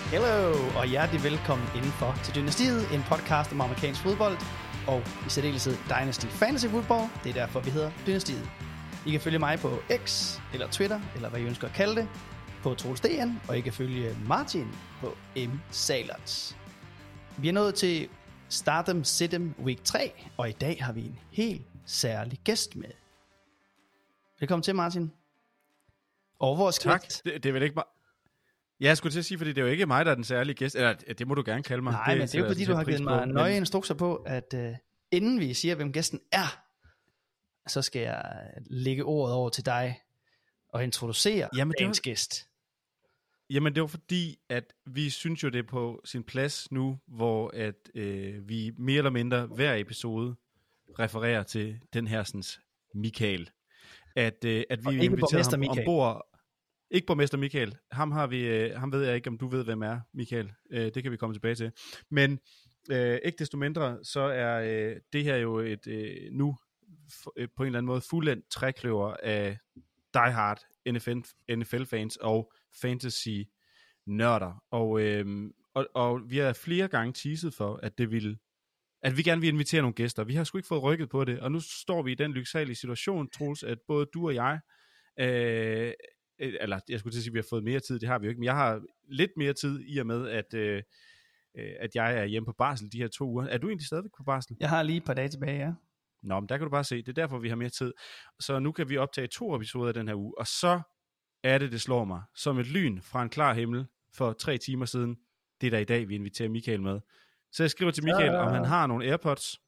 Hello, og hjertelig velkommen indenfor til Dynastiet, en podcast om amerikansk fodbold, og i særdeleshed Dynasty Fantasy Football. Det er derfor, vi hedder Dynastiet. I kan følge mig på X, eller Twitter, eller hvad I ønsker at kalde det, på Troels DN, og I kan følge Martin på M. Salerts. Vi er nået til Stardom Sitem Week 3, og i dag har vi en helt særlig gæst med. Velkommen til, Martin. Og vores tak. Det er vel ikke bare... Ja, jeg skulle til at sige, fordi det er jo ikke mig, der er den særlige gæst. Eller, det må du gerne kalde mig. Nej, men det er jo fordi, du har givet mig nøje instrukser på, at inden vi siger, hvem gæsten er, så skal jeg lægge ordet over til dig og introducere dagens gæst. Jamen, det var fordi, at vi synes jo, det er på sin plads nu, hvor at vi mere eller mindre hver episode refererer til den her sådan, Michael. At vi inviterer ham ombord. Ikke borgmester Michael. Ham ved jeg ikke, om du ved, hvem er Michael. Det kan vi komme tilbage til. Men ikke desto mindre, så er det her jo et nu på en eller anden måde fuldendt trækløver af diehard NFL-fans og fantasy-nørder. Og vi har flere gange teaset for, at vi gerne vil invitere nogle gæster. Vi har sgu ikke fået rykket på det, og nu står vi i den lyksalige situation, Troels, at både du og jeg... eller jeg skulle til at sige, at vi har fået mere tid, det har vi jo ikke, men jeg har lidt mere tid i og med, at jeg er hjemme på barsel de her 2 uger. Er du egentlig stadigvæk på barsel? Jeg har lige et par dage tilbage, ja. Nå, men der kan du bare se, det er derfor, vi har mere tid. Så nu kan vi optage 2 episoder den her uge, og så er det slår mig som et lyn fra en klar himmel for 3 timer siden. Det er der i dag, vi inviterer Michael med. Så jeg skriver til Michael, om han har nogle AirPods,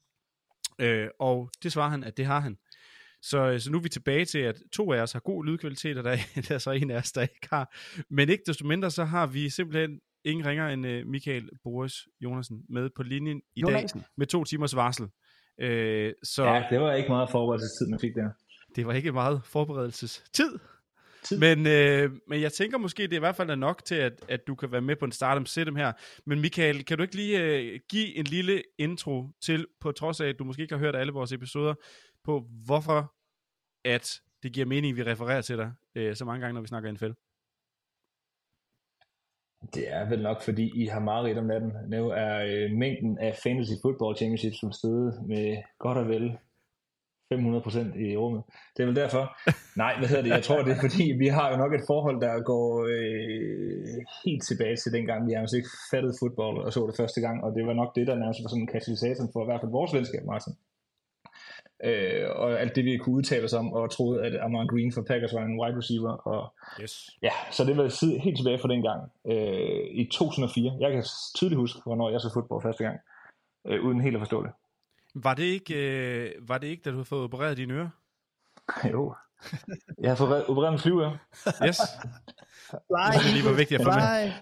og det svarer han, at det har han. Så nu er vi tilbage til, at 2 af os har god lydkvalitet, og der er så en af os, der ikke har. Men ikke desto mindre, så har vi simpelthen ingen ringer end Michael Boris Jonassen med på linjen i dag med 2 timers varsel. Så ja, det var ikke meget forberedelsestid, man fik der. Det var ikke meget forberedelsestid. Men jeg tænker måske, det i hvert fald er nok til, at du kan være med på en Stardom Sitem her. Men Michael, kan du ikke lige give en lille intro til, på trods af, at du måske ikke har hørt alle vores episoder, på hvorfor at det giver mening, vi refererer til dig så mange gange, når vi snakker NFL? Det er vel nok, fordi I har mareridt om natten. Nu er mængden af Fantasy Football Championships som steget med godt og vel 500% i rummet. Det er vel derfor. Nej, jeg tror, det er fordi, vi har jo nok et forhold, der går helt tilbage til dengang, vi nærmest ikke fattede fodbold og så det første gang, og det var nok det, der nærmest var sådan en katalysator for i hvert fald vores venskab, Martin. Og alt det vi kunne udtale os om og troede at Amon Green for Packers var en wide receiver og yes. Ja, så det var helt tilbage fra den gang i 2004. Jeg kan tydeligt huske hvornår jeg så fodbold første gang uden helt at forstå det. Var det ikke da du havde fået opereret dine ører? Jo. Jeg har fået opereret med flyveører. Yes. Det lige var vigtigt for mig.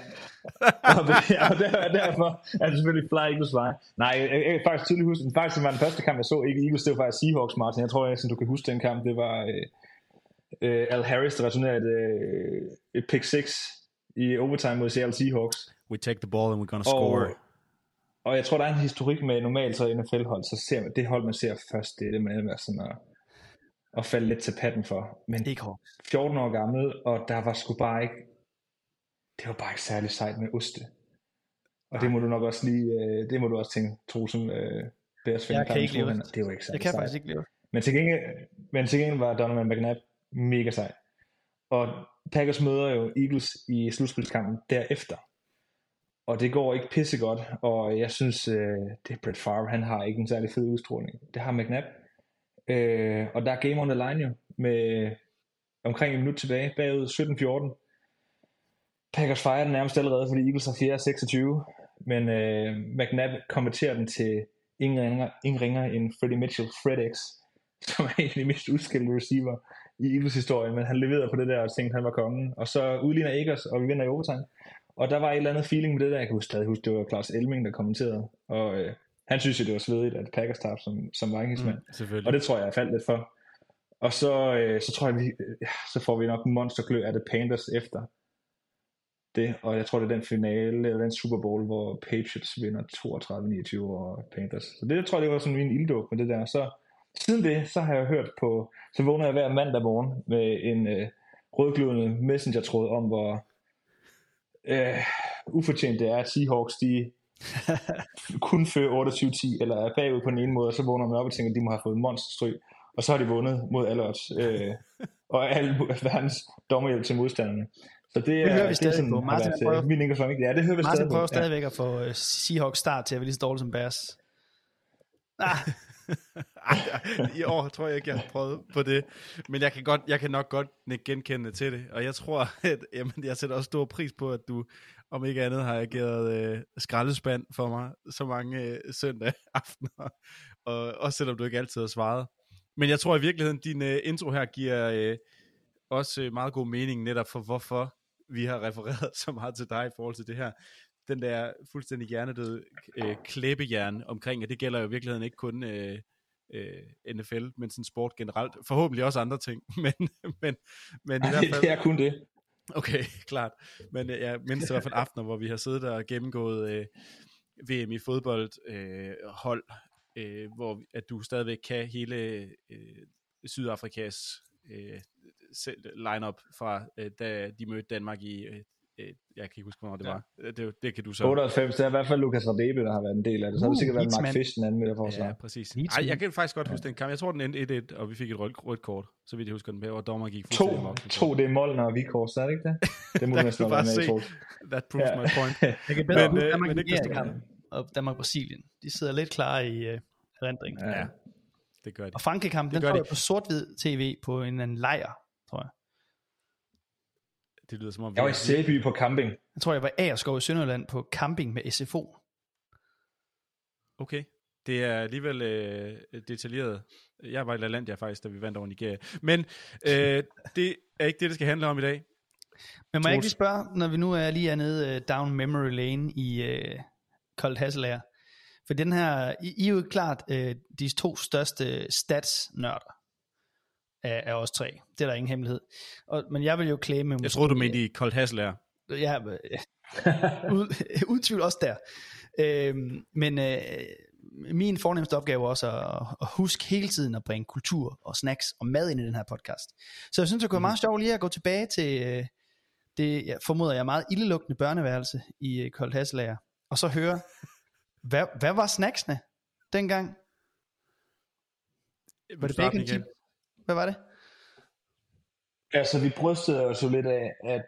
Og derfor er det selvfølgelig Fly Eagles Fly. Nej, jeg kan faktisk tydeligt huske, faktisk var den første kamp jeg så, ikke Eagles, det var faktisk Seahawks, Martin. Jeg tror du kan huske den kamp. Det var Al Harris, der returnerede et pick 6 i overtime mod Seattle Seahawks. We take the ball and we're gonna score. Og jeg tror der er en historik med normalt så NFL-hold, så ser man, det hold man ser først, det er det med sådan at falde lidt til patten for. Men 14 år gammel, og der var sgu bare ikke, det var bare ikke særlig sejt med oste. Og det må du nok også lige, det må du også tænke, Troelsen, Bears fan. Jeg kan ikke leve det. Det var ikke særlig jeg kan sejt. faktisk ikke leve. Men til gengæld var Donovan McNabb mega sej. Og Packers møder jo Eagles i slutspilskampen derefter. Og det går ikke pissegodt, og jeg synes, det er Brett Favre, han har ikke en særlig fed udstråling. Det har McNabb. Og der er game on the line jo, med omkring 1 minut tilbage, bagud 17-14. Packers fejrer den nærmest allerede, fordi Eagles har 4-26, men McNabb konverterer den til ingen ringer end Freddie Mitchell, FredEx, som er en af de mest udskældte receiver i Eagles historie, men han leverede på det der og tænkte, han var kongen. Og så udligner Eagles, og vi vinder i overtime. Og der var et eller andet feeling med det der. Jeg kan stadig huske, det var Claus Elming, der kommenterede. Og han synes jo, det var svedigt, at Packers tabte som Vikingsmand. Og det tror jeg faldt lidt for. Og så tror jeg, så får vi nok en monsterklø af det Panthers efter det. Og jeg tror, det er den finale, eller den Super Bowl, hvor Patriots vinder 32-29 over Panthers. Så det tror jeg, det var sådan en ilddåb med det der. Så siden det, så har jeg hørt på, så vågner jeg hver mandag morgen med en rødglødende messenger-tråd om, ufortjent det er, at Seahawks, de kun fører 28-10, eller er bagud på den ene måde, og så vågner man op og tænker, at de må have fået monsterstryg, og så har de vundet mod alle odds, og alle verdens dommerhjælp til modstanderne. Så det hører vi stadig på. Martin prøver, min Ingolson, ja, det hører vi Martin prøver stadig stadigvæk at få Seahawks start til at være lige så dårligt som Bears. I år tror jeg ikke, jeg har prøvet på det, men jeg kan nok godt genkende til det, og jeg tror, at jeg sætter også stor pris på, at du om ikke andet har ageret skraldespand for mig så mange søndag aftener, og også selvom du ikke altid har svaret. Men jeg tror i virkeligheden, din intro her giver også meget god mening netop for, hvorfor vi har refereret så meget til dig i forhold til det her. Den der fuldstændig hjernedøde klæbehjerne omkring, og det gælder jo i virkeligheden ikke kun NFL, men sådan sport generelt. Forhåbentlig også andre ting, men i hvert fald... Det er kun det. Okay, klart. Men jeg mindst i hvert fald aftener, hvor vi har siddet der og gennemgået VM i fodbold hold, hvor at du stadigvæk kan hele Sydafrikas line-up fra da de mødte Danmark i jeg kan ikke huske, hvornår det var. Det kan du så. 98, det er i hvert fald Lukas Radebe, der har været en del af det. Så har det sikkert været Mark Fish, den anden med der forsvar. Ja, præcis. Ej, jeg kan faktisk godt huske den kamp. Jeg tror, den endte 1-1, og vi fik et rødt kort. Så vidt jeg husker den med, og dommer gik fuldstændig mok. Det er Molnar og Vikors, er det ikke det? Det må du næsten være med i forhold. That proves my point. Jeg kan bedre huske Danmark og Danmark-Brasilien. De sidder lidt klare i erindringen. Ja, det gør de. Og Frankrig-kampen, den tror jeg på sort-hvid tv på en anden lejr, tror jeg. Det lyder som om jeg var i Sæby på camping. Jeg tror, jeg var i Agerskov i Sønderjylland på camping med SFO. Okay. Det er alligevel detaljeret. Jeg var i LaLandia faktisk, da vi vandt over Nigeria. Men det er ikke det skal handle om i dag. Men må jeg ikke lige spørge, når vi nu er lige nede down memory lane i Koldt Hasselager. For den her, I er jo klart de to største stats-nørder af os tre. Det er der ingen hemmelighed. Men jeg vil jo claime... Jeg tror du mente i Koldt Hasselager. Ja, uden tvivl også der. Men min fornemmeste opgave er også at huske hele tiden at bringe kultur og snacks og mad ind i den her podcast. Så jeg synes, det kunne være meget sjovt lige at gå tilbage til det, jeg formoder jeg, meget ildelugtende børneværelse i Koldt Hasselager, og så høre, hvad var snacksene dengang? Var det bacon chip? Hvad var det? Altså, vi brystede os jo lidt af, at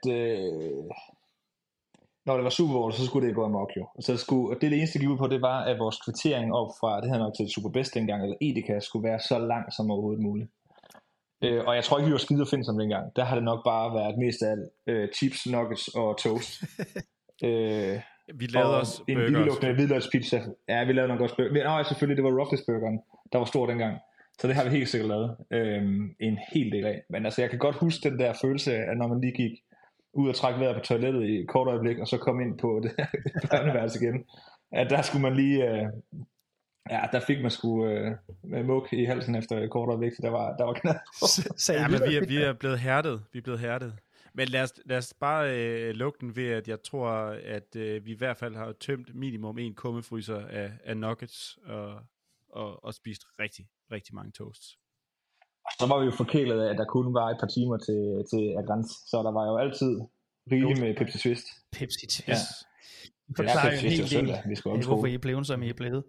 når det var Super Bowl, så skulle det gå amok jo. Og det eneste, der gik ud på, det var, at vores kvittering op fra, det havde nok til Superbest dengang, eller Edeka, skulle være så lang som overhovedet muligt. Og jeg tror ikke, vi var skide at finde som dengang. Der har det nok bare været mest af alt chips, nuggets og toast. Vi lavede også en billiglukkende hvidløgspizza. Ja, vi lavede nok også burger. Nej, selvfølgelig, det var Ruffles-burgeren, der var stor dengang. Så det har vi helt sikkert lavet en hel del af. Men altså, jeg kan godt huske den der følelse af, når man lige gik ud og trække vejret på toilettet i et kort øjeblik, og så kom ind på det børneværelse igen. At der skulle man lige... der fik man sgu muk i halsen efter et kort øjeblik, så der var knald på. Ja, men vi er blevet hærdet. Vi er blevet hærdet. Men lad os bare lukke den ved, at jeg tror, at vi i hvert fald har tømt minimum en kummefryser af nuggets og spist rigtig, rigtig mange toasts. Så var vi jo forkælet af, at der kun var et par timer til Agrans, så der var jo altid rigeligt med Pepsi Twist. Pepsi Twist. Ja. Det forklarer jo en hel del, hvorfor I er blevet, som I er blevet.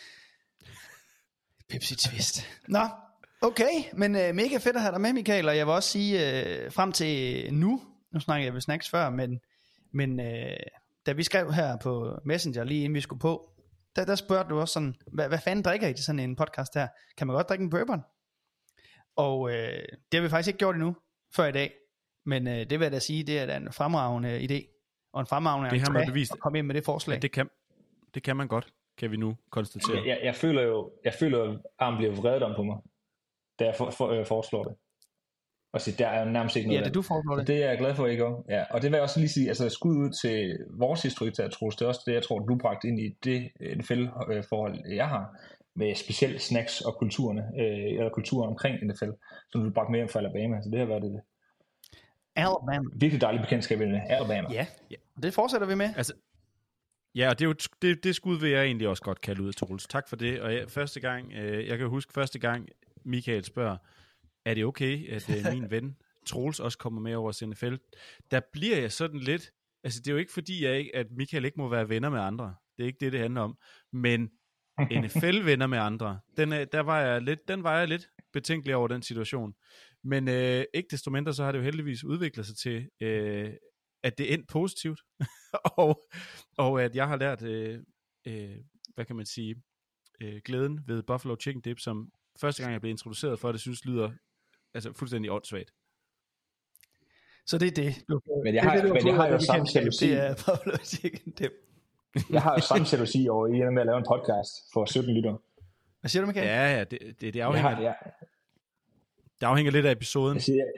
Pepsi Twist. Nå, okay, men mega fedt at have dig med, Michael, og jeg vil også sige, frem til nu snakker jeg ved snacks før, men da vi skrev her på Messenger, lige inden vi skulle på, der spørger du også sådan, hvad fanden drikker I til sådan en podcast her? Kan man godt drikke en bourbon? Og det har vi faktisk ikke gjort endnu, før i dag, men det vil jeg da sige, det er da en fremragende idé, og en fremragende at komme ind med det forslag. Ja, det kan man godt, kan vi nu konstatere. Jeg føler jo, at armen bliver vredet om på mig, da jeg foreslår det. Og så der er nærmest ikke noget. Ja, det du foreslår det. Det er jeg glad for, ikke? Ja, og det vil jeg også lige sige, altså skud ud til vores historik, der Troels, det er også det, jeg tror, du bragte ind i det NFL-forhold, jeg har, med specielt snacks og eller kulturen omkring NFL, som du bragte med hjem fra Alabama, så det har været det. Alabama. Virkelig dejligt bekendtskab med Alabama. Ja, det fortsætter vi med. Altså, ja, og det er jo det skud vil jeg egentlig også godt kalde ud, Troels. Tak for det, og jeg kan huske første gang, Michael spørger, er det okay, at min ven Troels også kommer med over NFL? Der bliver jeg sådan lidt Altså, det er jo ikke fordi, at Michael ikke må være venner med andre. Det er ikke det handler om. Men NFL-venner med andre, den var jeg lidt betænkelig over den situation. Men ikke desto mindre, så har det jo heldigvis udviklet sig til, at det er endt positivt. og at jeg har lært, hvad kan man sige, glæden ved Buffalo Chicken Dip, som første gang jeg blev introduceret for, det synes lyder altså fuldstændig åndssvagt. Så det er det. Men jeg har jo samme jalousi. Det er Buffalo Chicken Dip. Jeg har jo samme jalousi over i med at lave en podcast for 17 lytter. Hvad siger du, Michael? Ja, det afhænger. Det afhænger lidt af episoden.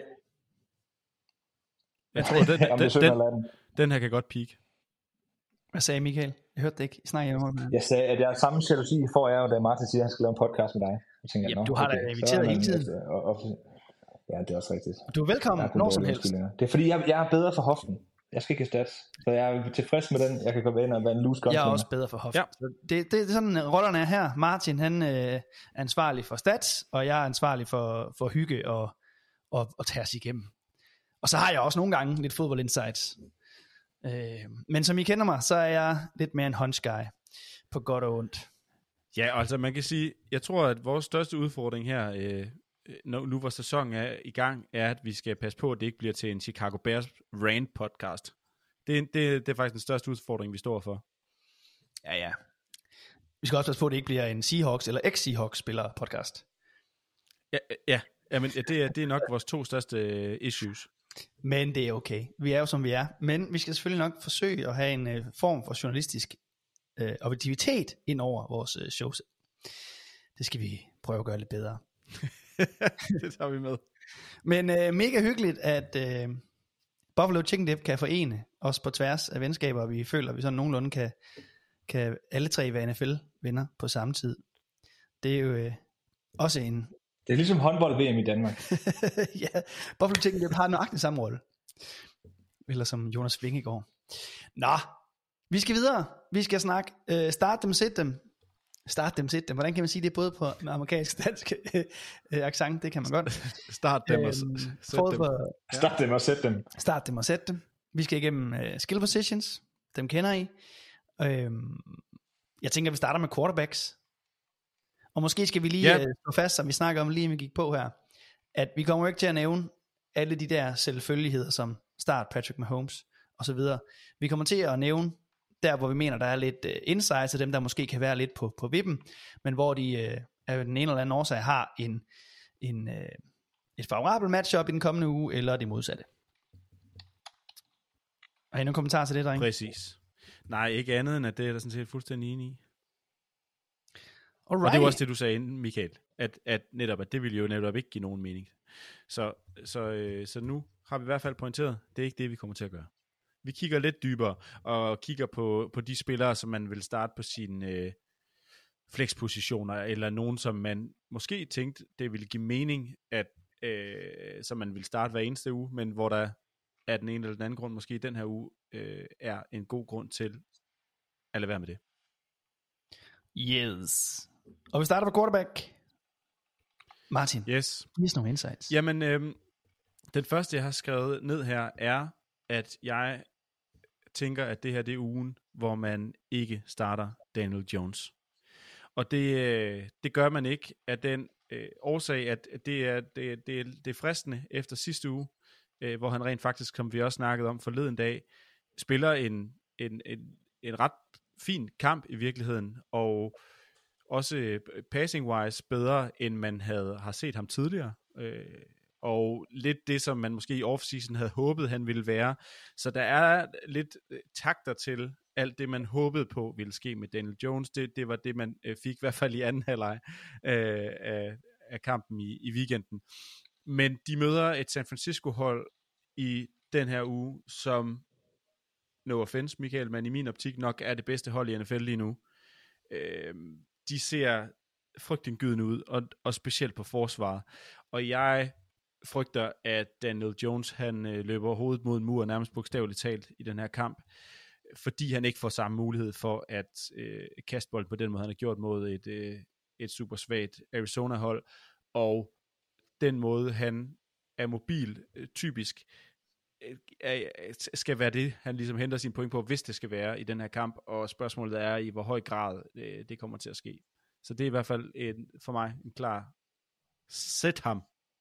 Jeg tror, den her kan godt peak. Hvad sagde Michael? Jeg hørte det ikke. I snakker om det. Jeg sagde, at jeg er samme jalousi får jeg jo, da Martin siger, at han skal lave en podcast med dig. Jeg tænker, jamen, du har da inviteret hele tiden. Ja, det er også rigtigt. Du er velkommen når som helst. Det er fordi, jeg er bedre for hoften. Jeg skal ikke stats. Så jeg er tilfreds med den. Jeg kan gå ind og være en loose gun. Jeg er også bedre for hoften. Ja. Det er sådan, rollerne er her. Martin, han er ansvarlig for stats, og jeg er ansvarlig for hygge og tage os igennem. Og så har jeg også nogle gange lidt fodbold insights. Men som I kender mig, så er jeg lidt mere en hunch guy, på godt og ondt. Ja, altså man kan sige, jeg tror, at vores største udfordring her, nu hvor sæsonen er i gang, er, at vi skal passe på, at det ikke bliver til en Chicago Bears rant podcast. Det er faktisk den største udfordring, vi står for. Ja. Vi skal også passe på, at det ikke bliver en Seahawks eller ex-Seahawks spiller podcast. Ja, men det er nok vores to største issues. Men det er okay. Vi er jo som vi er. Men vi skal selvfølgelig nok forsøge at have en form for journalistisk objektivitet ind over vores shows. Det skal vi prøve at gøre lidt bedre. Det tager vi med. Men mega hyggeligt, at Buffalo Chicken Dip kan forene os på tværs af venskaber, og vi føler, at vi sådan nogenlunde kan alle tre være NFL-venner på samme tid. Det er jo også en... Det er ligesom håndbold-VM i Danmark. Ja, Buffalo Chicken Dip har nøjagtigt samme rolle. Eller som Jonas Vingegaard. Nå, vi skal videre. Vi skal snakke start dem, sit dem. Start dem, sit dem. Hvordan kan man sige det både på amerikansk og dansk accent? Det kan man godt. Start dem og sæt dem. Start dem og sæt dem. Start dem og sæt dem. Vi skal igennem skill positions. Dem kender I. Jeg tænker, vi starter med quarterbacks. Og måske skal vi lige slå fast, som vi snakker om lige, vi gik på her, at vi kommer ikke til at nævne alle de der selvfølgeligheder, som start Patrick Mahomes og så videre. Vi kommer til at nævne der, hvor vi mener, der er lidt insights af dem, der måske kan være lidt på vippen, men hvor de af den ene eller anden årsag har et favorabelt matchup i den kommende uge, eller det modsatte. Har I nogle kommentarer til det, drenge? Præcis. Nej, ikke andet end, at det er der sådan set fuldstændig enig i. Alright. Og det var også det, du sagde inden, Michael, at det ville jo netop ikke give nogen mening. Så nu har vi i hvert fald pointeret, det er ikke det, vi kommer til at gøre. Vi kigger lidt dybere, og kigger på de spillere, som man vil starte på sine flexpositioner, eller nogen, som man måske tænkte, det ville give mening, at som man vil starte hver eneste uge, men hvor der af den ene eller den anden grund, måske den her uge, er en god grund til at lade være med det. Yes. Og vi starter på quarterback. Martin, yes. Giv os nogle insights. Jamen, den første, jeg har skrevet ned her, er, at jeg tænker, at det her det er ugen, hvor man ikke starter Daniel Jones. Og det gør man ikke af den årsag, at det er fristende efter sidste uge, hvor han rent faktisk, som vi også snakkede om forleden dag, spiller en ret fin kamp i virkeligheden, og også passing-wise bedre, end man har set ham tidligere. Og lidt det, som man måske i off-season havde håbet, han ville være. Så der er lidt takter til alt det, man håbede på ville ske med Daniel Jones. Det var det, man fik i hvert fald i anden halvleg af kampen i weekenden. Men de møder et San Francisco-hold i den her uge, som, no offense Michael, men i min optik nok er det bedste hold i NFL lige nu. De ser frygtindgydende ud, og specielt på forsvaret. Og jeg frygter, at Daniel Jones, han løber hovedet mod en mur, nærmest bogstaveligt talt i den her kamp, fordi han ikke får samme mulighed for at kaste bold på den måde, han har gjort mod et super svagt Arizona-hold, og den måde, han er mobil, typisk, skal være det, han ligesom henter sin point på, hvis det skal være i den her kamp, og spørgsmålet er, i hvor høj grad det kommer til at ske. Så det er i hvert fald for mig en klar sæt ham.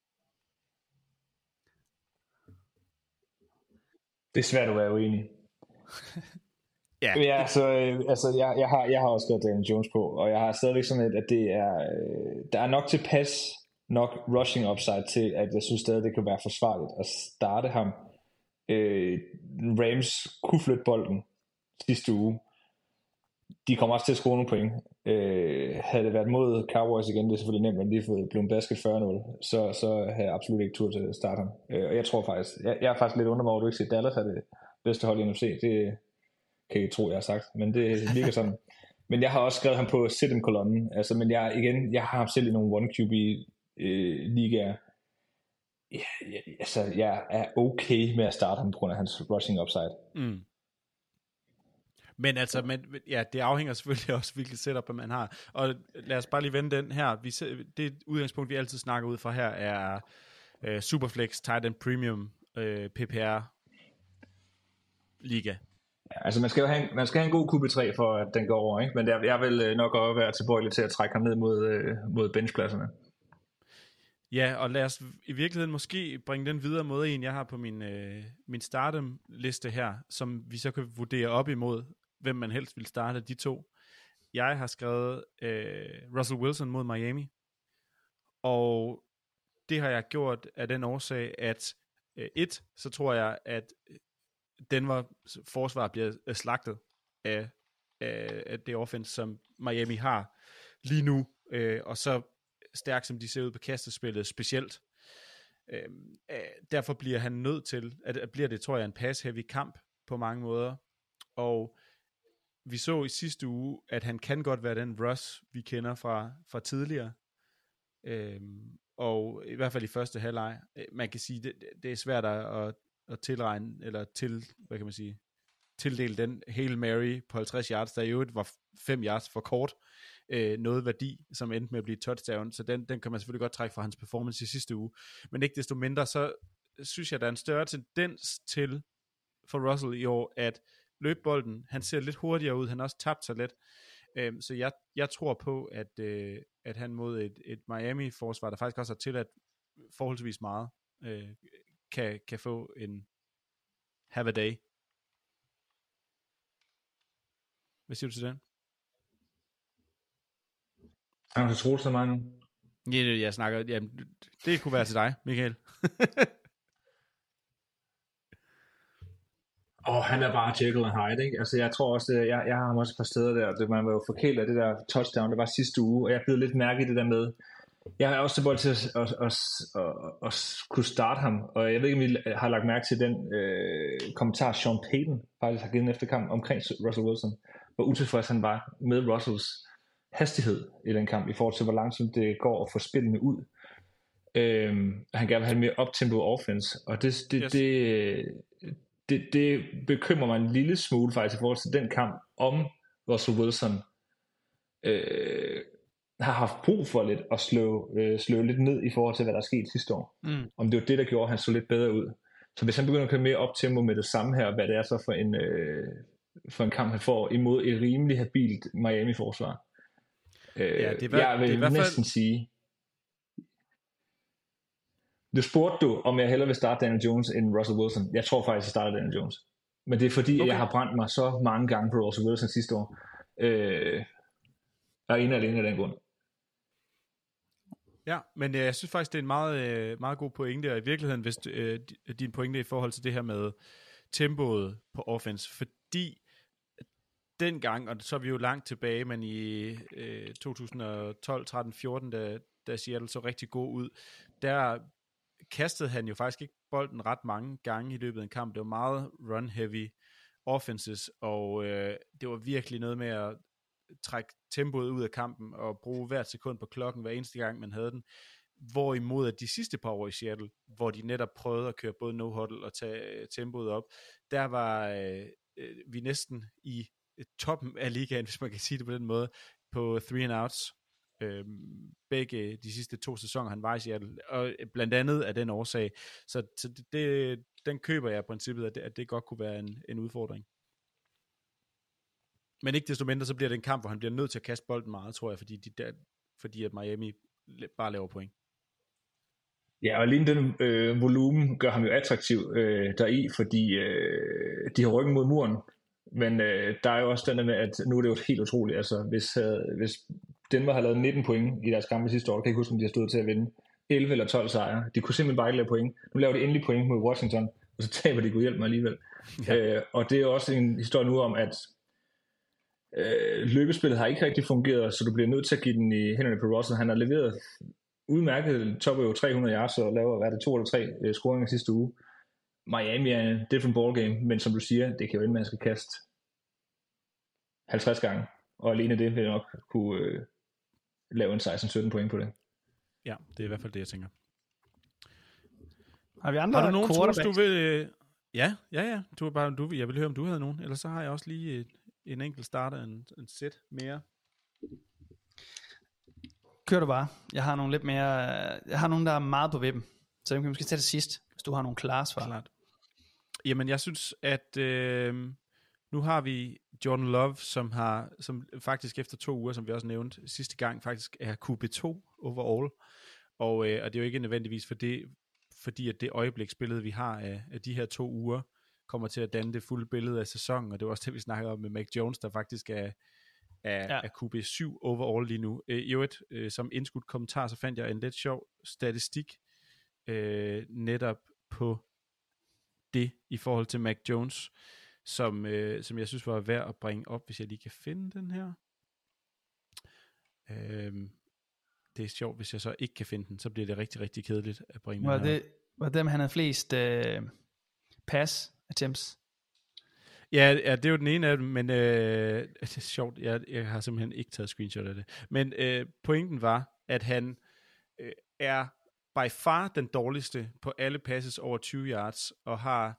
Det er svært at være uenig. Ja. Ja, jeg har også skrevet Daniel Jones på, og jeg har stadigvæk sådan et, at det er, der er nok tilpas nok rushing upside til, at jeg synes stadig, det kan være forsvarligt at starte ham. Rams kunne flytte bolden sidste uge. De kommer også til at score nogle point. Havde det været mod Cowboys igen, det er selvfølgelig nemt, at lige fået blevet basket 40-0, så havde jeg absolut ikke tur til at starte ham. Og jeg tror faktisk, jeg er faktisk lidt under mig over, at du ikke siger, Dallas er det bedste hold i NFC. Det kan I tro, jeg har sagt, men det virker sådan. Men jeg har også skrevet ham på sit-in-kolonnen, altså, men jeg har ham selv i nogle 1QB ligaer. Jeg er okay med at starte ham på grund af hans rushing upside. Mm. Men altså, det afhænger selvfølgelig også, hvilket setup man har. Og lad os bare lige vende den her. Det udgangspunkt, vi altid snakker ud fra her, er Superflex, Tight End Premium, PPR Liga. Ja, altså man skal have en god QB3 for at den går over, ikke? Men jeg vil nok også være tilbøjelig til at trække ham ned mod benchpladserne. Ja, og lad os i virkeligheden måske bringe den videre mod en, jeg har på min stardom-liste her, som vi så kan vurdere op imod, hvem man helst vil starte de to. Jeg har skrevet Russell Wilson mod Miami, og det har jeg gjort af den årsag, at så tror jeg, at Denver forsvar bliver slagtet af det offense, som Miami har lige nu, og så stærkt som de ser ud på kastespillet specielt. Derfor bliver han nødt til, at bliver det, tror jeg, en pass-heavy kamp på mange måder, og vi så i sidste uge, at han kan godt være den Russ, vi kender fra tidligere, og i hvert fald i første halvleg. Man kan sige, det er svært at tilregne, eller hvad kan man sige, tildele den Hail Mary på 50 yards, der i øvrigt var 5 yards for kort, noget værdi, som endte med at blive touchdown, så den kan man selvfølgelig godt trække fra hans performance i sidste uge, men ikke desto mindre, så synes jeg, der er en større tendens til for Russell i år, at løbbolden, han ser lidt hurtigere ud, han har også tabt sig lidt, så jeg tror på, at han mod et Miami-forsvar, der faktisk også har tilladt forholdsvis meget, kan få en have a day. Hvad siger du til den? Har du troet så meget nu? Ja, jeg snakker, jamen, det kunne være til dig, Michael. Han er bare Jekyll and Hyde, ikke? Altså jeg tror også, jeg har ham også et par steder der, det man var jo forkælet af det der touchdown, det var sidste uge, og jeg blev lidt mærke i det der med, jeg er også tilbøjelig til at kunne starte ham, og jeg ved ikke, om I har lagt mærke til den kommentar, Sean Payton faktisk har givet efter kampen omkring Russell Wilson, hvor utilfreds han var med Russells hastighed i den kamp, i forhold til, hvor langsomt det går at få spillene ud. Han gerne vil have mere up-tempo offense, og det bekymrer mig en lille smule faktisk i forhold til den kamp, om Russell Wilson har haft brug for lidt at slå lidt ned i forhold til, hvad der er sket sidste år. Om det var det, der gjorde, at han så lidt bedre ud. Så hvis han begynder at køre mere up-tempo med det samme her, hvad det er så for en kamp, han får imod et rimelig habilt Miami-forsvar. Jeg vil næsten sige, du spurgte om jeg hellere vil starte Daniel Jones end Russell Wilson. Jeg tror faktisk, jeg starter Daniel Jones. Men det er fordi, at jeg har brændt mig så mange gange på Russell Wilson sidste år. Og alene af den grund. Ja, men jeg synes faktisk, det er en meget, meget god pointe, og i virkeligheden, hvis din pointe i forhold til det her med tempoet på offense, fordi dengang, og så er vi jo langt tilbage, men i 2012, 13, 14, da Seattle så rigtig god ud, der kastede han jo faktisk ikke bolden ret mange gange i løbet af en kamp. Det var meget run-heavy offenses, og det var virkelig noget med at trække tempoet ud af kampen og bruge hvert sekund på klokken hver eneste gang, man havde den. Hvorimod at de sidste par år i Seattle, hvor de netop prøvede at køre både no-huddle og tage tempoet op, der var vi næsten i toppen af ligaen, hvis man kan sige det på den måde, på 3 and outs begge de sidste 2 sæsoner, han var i Seattle, og blandt andet af den årsag. Så den køber jeg i princippet, at det godt kunne være en udfordring. Men ikke desto mindre, så bliver det en kamp, hvor han bliver nødt til at kaste bolden meget, tror jeg, fordi at Miami bare laver point. Ja, og alene den volumen gør ham jo attraktiv deri, fordi de har ryggen mod muren. Men der er jo også den der med, at nu er det jo helt utroligt. Altså, hvis Denver har lavet 19 point i deres kampe sidste år, kan jeg ikke huske, om de har stået til at vinde 11 eller 12 sejre. De kunne simpelthen bare ikke lave point. Nu laver de endelig point mod Washington, og så taber de Gud hjælp mig alligevel. Ja. Og det er jo også en historie nu om, at løbespillet har ikke rigtig fungeret, så du bliver nødt til at give den i hænderne på Russell. Han har leveret udmærket, topper jo 300 yards og laver 2 eller 3 scoringer sidste uge. Miami er en different ballgame, men som du siger, det kan jo ende, man skal kaste 50 gange, og alene det vil nok kunne lave en 16-17 point på det. Ja, det er i hvert fald det, jeg tænker. Har vi andre har du nogen quarterbacks? Du vil... Ja. Jeg vil høre, om du havde nogen, ellers så har jeg også lige en enkelt starter, en sæt mere. Kør du bare. Jeg har nogle lidt mere... Jeg har nogle, der er meget på vippen. Så dem kan vi måske tage det sidst, hvis du har nogle klare svar. Klart. Jamen, jeg synes, at nu har vi Jordan Love, som faktisk efter 2 uger, som vi også nævnte sidste gang, faktisk er QB2 overall. Og det er jo ikke nødvendigvis fordi at det øjebliksbillede, vi har af de her 2 uger, kommer til at danne det fulde billede af sæsonen. Og det var også det, vi snakkede om med Mac Jones, der faktisk er QB7 overall lige nu. I øvrigt, som indskudt kommentar, så fandt jeg en lidt sjov statistik netop på det i forhold til Mac Jones, som jeg synes var værd at bringe op, hvis jeg lige kan finde den her. Det er sjovt, hvis jeg så ikke kan finde den, så bliver det rigtig, rigtig kedeligt at bringe den her. Var det dem, han havde flest pass attempts? Ja, det er jo den ene af dem, men det er sjovt, jeg har simpelthen ikke taget screenshot af det. Men pointen var, at han er by far den dårligste på alle passes over 20 yards, og har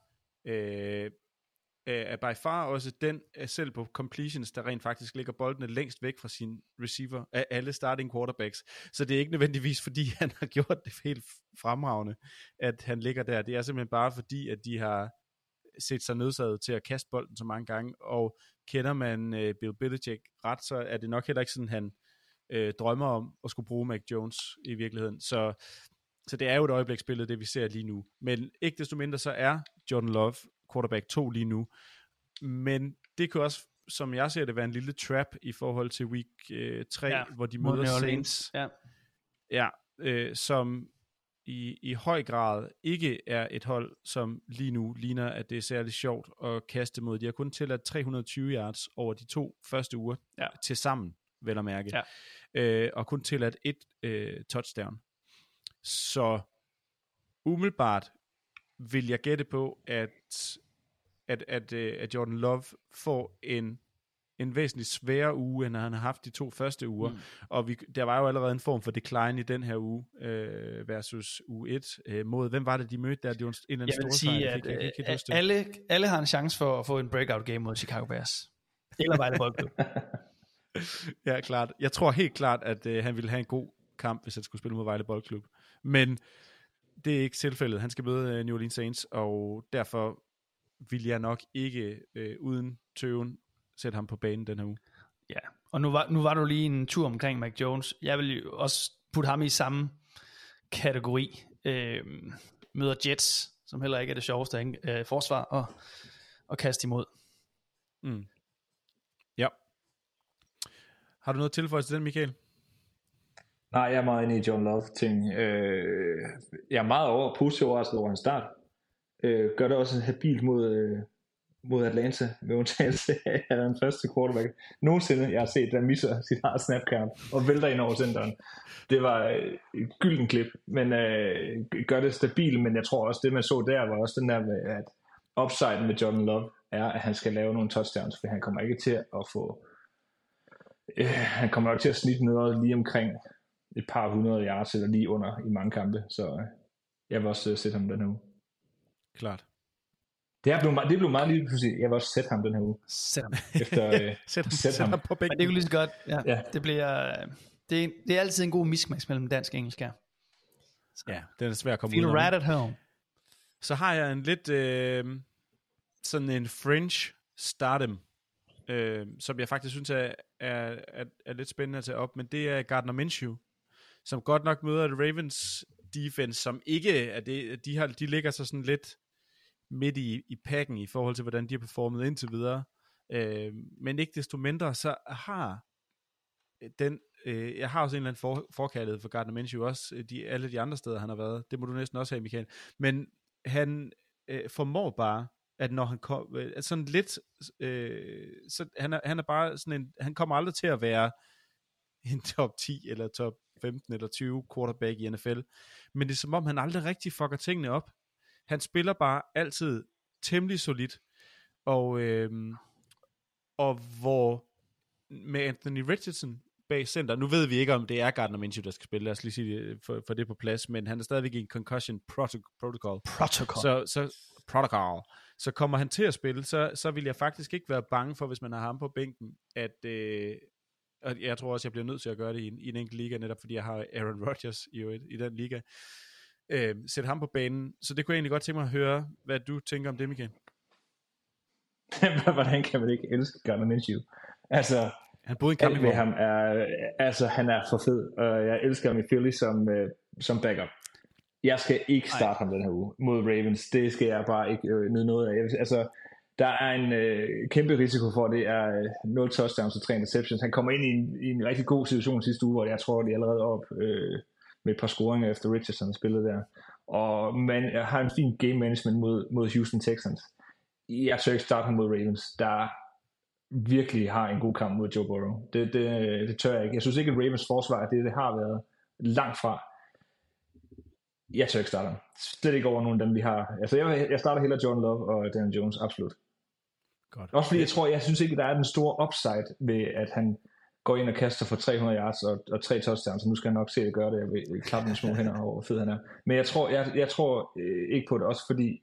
er by far også den, selv på completions, der rent faktisk ligger boldene længst væk fra sin receiver, af alle starting quarterbacks. Så det er ikke nødvendigvis, fordi han har gjort det helt fremragende, at han ligger der. Det er simpelthen bare fordi, at de har set sig nødsaget til at kaste bolden så mange gange, og kender man Bill Belichick ret, så er det nok heller ikke sådan, han drømmer om at skulle bruge Mac Jones i virkeligheden. Så det er jo et øjebliksbillede, det vi ser lige nu. Men ikke desto mindre, så er Jordan Love quarterback 2 lige nu. Men det kan også, som jeg ser det, være en lille trap i forhold til week 3, hvor de møder Saints. Ja, som i høj grad ikke er et hold, som lige nu ligner, at det er særlig sjovt at kaste mod. De har kun tilladt 320 yards over de 2 første uger til sammen, vel at mærke. Ja. Og kun tilladt 1 touchdown. Så umiddelbart vil jeg gætte på, at Jordan Love får en væsentligt sværere uge, end han har haft de 2 første uger. Og der var jo allerede en form for decline i den her uge versus uge 1 mod, hvem var det, de mødte der? Det var en eller anden stor sejr. Alle har en chance for at få en breakout game mod Chicago Bears. Eller Vejle Boldklub. Ja, klart. Jeg tror helt klart, at han ville have en god kamp, hvis han skulle spille mod Vejle Boldklub. Men det er ikke tilfældet. Han skal møde New Orleans Saints, og derfor vil jeg nok ikke uden tøven sætte ham på banen den her uge. Ja, og nu var du lige en tur omkring Mac Jones. Jeg vil jo også putte ham i samme kategori. Møder Jets, som heller ikke er det sjoveste forsvar at kaste imod. Ja. Har du noget tilføje til den, Michael? Nej, jeg er meget inde i John Love-ting. Jeg er meget positiv overrasket over hans start. Gør det også habilt mod Atlanta, med undtagelse af den første quarterback nogensinde, jeg har set, der misser sit eget snapcam og vælter ind over centeren. Det var et gylden klip, men gør det stabilt, men jeg tror også, det man så der, var også den der med, at upsiden med Jordan Love er, at han skal lave nogle touchdowns, for han kommer ikke til at få han kommer nok til at snitte noget lige omkring et par 100 yards, eller lige under i mange kampe, så jeg vil også sætte ham den her uge. Klart. Det blev meget lige pludselig. Jeg vil også sætte ham den her uge. Sæt ham. Sæt ham på bænken. Men det er jo lige så godt. Ja. Det bliver Det er altid en god mismatch mellem dansk og engelsk her. Ja, den er svær at komme Feel udenom. right at home. Så har jeg en lidt sådan en French stardom, som jeg faktisk synes er lidt spændende at tage op, men det er Gardner Minshew, som godt nok møder et Ravens defense, som ikke er det, de ligger så sådan lidt midt i pakken i forhold til, hvordan de har performet indtil videre. Men ikke desto mindre, så har jeg har også en eller anden forkærlighed for Gardner Minshew, også alle de andre steder, han har været. Det må du næsten også have, Michael. Men han formår bare, at når han kommer, sådan lidt, så han er bare sådan en, han kommer aldrig til at være en top 10, eller top 15, eller 20 quarterback i NFL. Men det er som om, han aldrig rigtig fucker tingene op. Han spiller bare altid temmelig solidt, og hvor med Anthony Richardson bag center, nu ved vi ikke, om det er Gardner Minshew, der skal spille, lad os lige sige det, for det på plads, men han er stadigvæk i en concussion protocol. Så kommer han til at spille, så vil jeg faktisk ikke være bange for, hvis man har ham på bænken, at og jeg tror også, jeg bliver nødt til at gøre det i en enkelt liga, netop fordi jeg har Aaron Rodgers i den liga. Sæt ham på banen, så det kunne jeg egentlig godt tænke mig at høre, hvad du tænker om det, Michael. Hvordan kan man ikke elske Gardner Minshew? Altså, han boede i en kamp med ham han er for fed, og jeg elsker ham i Philly som backup. Jeg skal ikke starte ham den her uge mod Ravens. Det skal jeg bare ikke nyde noget af. Altså, der er en kæmpe risiko for, det er 0 touchdowns og 3 interceptions. Han kommer ind i en rigtig god situation sidste uge, hvor jeg tror, de er allerede op med et par scoringer efter Richardson spillet der. Og man har en fin game management mod Houston Texans. Jeg tør ikke starte ham mod Ravens, der virkelig har en god kamp mod Joe Burrow. Det tør jeg ikke. Jeg synes ikke, at Ravens forsvar er det har været langt fra. Jeg tør ikke starte ham. Slet ikke over nogen af dem, vi har. Altså, jeg starter hellere Jordan Love og Daniel Jones, absolut. Godt. Også fordi jeg synes ikke, der er den store upside ved, at han går ind og kaster for 300 yards og 3 touchdowns, så nu skal han nok se at gøre det. Jeg vil klappe med små hænder over, hvor fed han er. Men jeg tror ikke på det, også fordi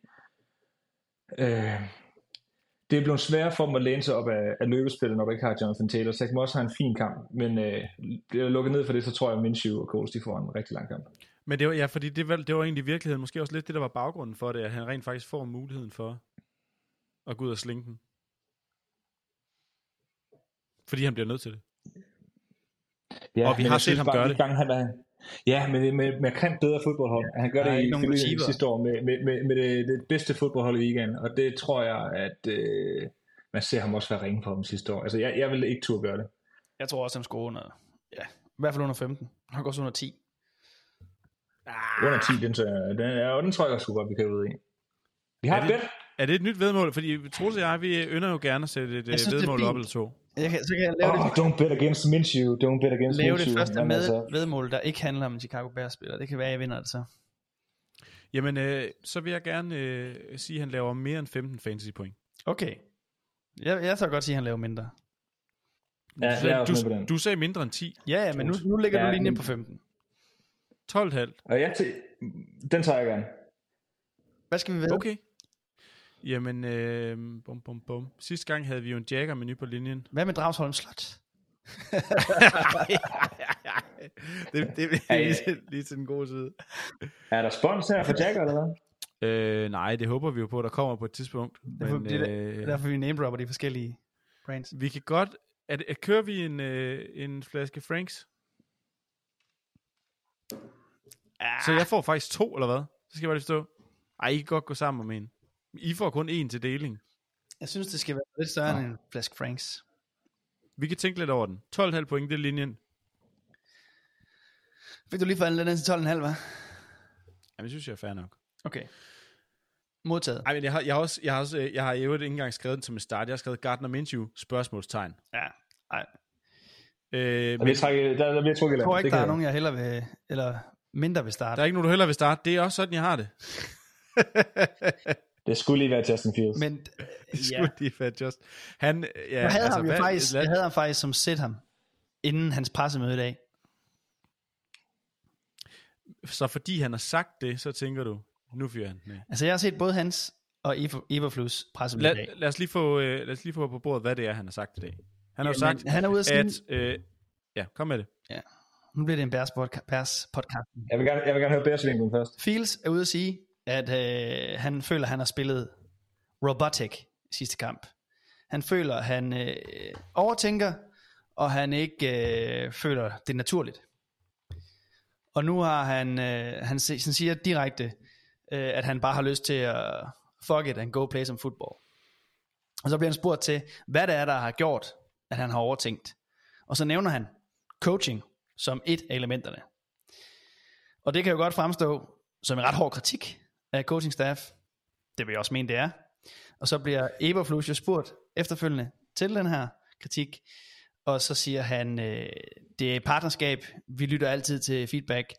det er blevet sværere for dem at læne sig op af løbespillet, når du ikke har Jonathan Taylor. Så jeg kan også have en fin kamp, men bliver lukket ned for det, så tror jeg, at Minshew og Coles, de får en rigtig lang kamp. Men det var, fordi det var egentlig i virkeligheden måske også lidt det, der var baggrunden for det, at han rent faktisk får muligheden for at gå ud og slinge den. Fordi han bliver nødt til det. Ja, og vi har set ham gøre det. Ja, men med markant bedre fodboldhold. Han gør det i sidste år med det bedste fodboldhold i ligaen, og det tror jeg, at man ser ham også være ringe på dem sidste år. Altså, jeg vil ikke turde gøre det. Jeg tror også, han scorer under, i hvert fald under 15. Han går også under 10. Under 10, den tror jeg også godt, vi kan ud i. Vi har et bet. Er det et nyt vedmål? Fordi Troels og jeg, vi ynder jo gerne at sætte et vedmål op eller to. Så kan jeg lave det. Don't bet against Minshew. Don't bet against lave Minshew. Det første vedmål, der ikke handler om Chicago Bears-spiller. Det kan være, jeg vinder det så. Jamen, så vil jeg gerne sige, at han laver mere end 15 fantasy point. Okay. Jeg tager godt sige, at han laver mindre. Ja, du sagde mindre end 10. Ja, men nu lægger du linjen på 15. 12,5. Og den tager jeg gerne. Hvad skal vi ved? Okay. Jamen, sidste gang havde vi jo en Jagger menu på linjen. Hvad med Dragsholm Slot? det er lige til den gode side. Er der spons her for Jagger, eller hvad? Nej, det håber vi jo på, der kommer på et tidspunkt. Derfor vi name-dropper de forskellige brands. Vi kan godt... kører vi en flaske Franks? Så jeg får faktisk 2, eller hvad? Så skal jeg bare lige forstå. Ej, I kan godt gå sammen om en. I får kun 1 til deling. Jeg synes, det skal være lidt større end en flaske Franks. Vi kan tænke lidt over den. 12,5 point, det er linjen. Fik du lige forhandlet den til 12,5, hva'? Jamen, det synes jeg er fair nok. Okay. Modtaget. Ej, men jeg har jo ikke engang skrevet den som en start. Jeg har skrevet Gardner Minshew, spørgsmålstegn. Ja, ej. Der bliver trukket. Jeg tror ikke, der er nogen, jeg hellere vil, eller mindre vil starte. Der er ikke nogen, du hellere vil starte. Det er også sådan, jeg har det. Det skulle lige være Justin Fields. Men det skulle lige være Justin. Jeg havde ham faktisk som set ham inden hans pressemøde i dag. Så fordi han har sagt det, så tænker du, nu fyrer han med. Altså jeg har set både hans og Eberflus pressemøde i dag. Lad os lige få på bordet, hvad det er, han har sagt i dag. Han har jo sagt, han er ude at sige... ja, kom med det. Ja. Nu bliver det en Bears podcast. Jeg vil gerne høre Bears-vinklen først. Fields er ude at sige, at han føler, at han har spillet robotic i sidste kamp. Han føler, at han overtænker, og han ikke føler det naturligt. Og nu har han siger direkte, at han bare har lyst til at fuck it and go play some football. Og så bliver han spurgt til, hvad det er, der har gjort, at han har overtænkt. Og så nævner han coaching som et af elementerne. Og det kan jo godt fremstå som en ret hård kritik af coaching staff. Det vil jeg også mene, det er. Og så bliver Eberflus jo spurgt efterfølgende til den her kritik. Og så siger han, det er partnerskab, vi lytter altid til feedback.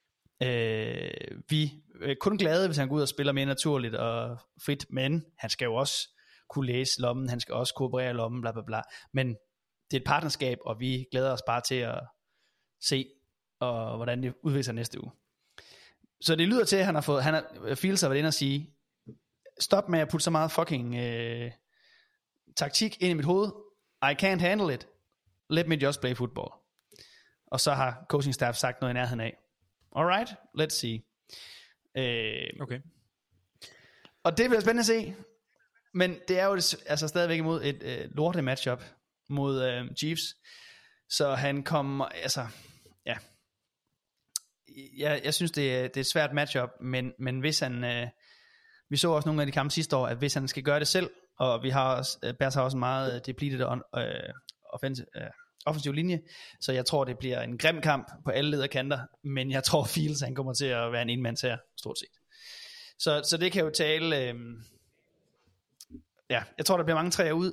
Vi er kun glade, hvis han går ud og spiller mere naturligt og frit, men han skal jo også kunne læse lommen, han skal også kunne operere lommen, bla bla bla. Men det er et partnerskab, og vi glæder os bare til at se, hvordan det udvikler sig næste uge. Så det lyder til, at Fields har været inde og sige, stop med at putte så meget fucking taktik ind i mit hoved. I can't handle it. Let me just play football. Og så har coaching staff sagt noget i nærheden af. Alright, let's see. Okay. Og det bliver spændende at se. Men det er jo altså stadigvæk imod et lorte matchup mod Chiefs. Så han kommer, altså, ja. Jeg synes, det er et svært matchup, men hvis han, vi så også nogle af de kampe sidste år, at hvis han skal gøre det selv, og vi har også, Bears har også en meget depleted offensiv linje, så jeg tror, det bliver en grim kamp på alle lederkanter, men jeg tror, Fields han kommer til at være en enmands her, stort set. Så det kan jo tale, jeg tror, der bliver mange træer ud,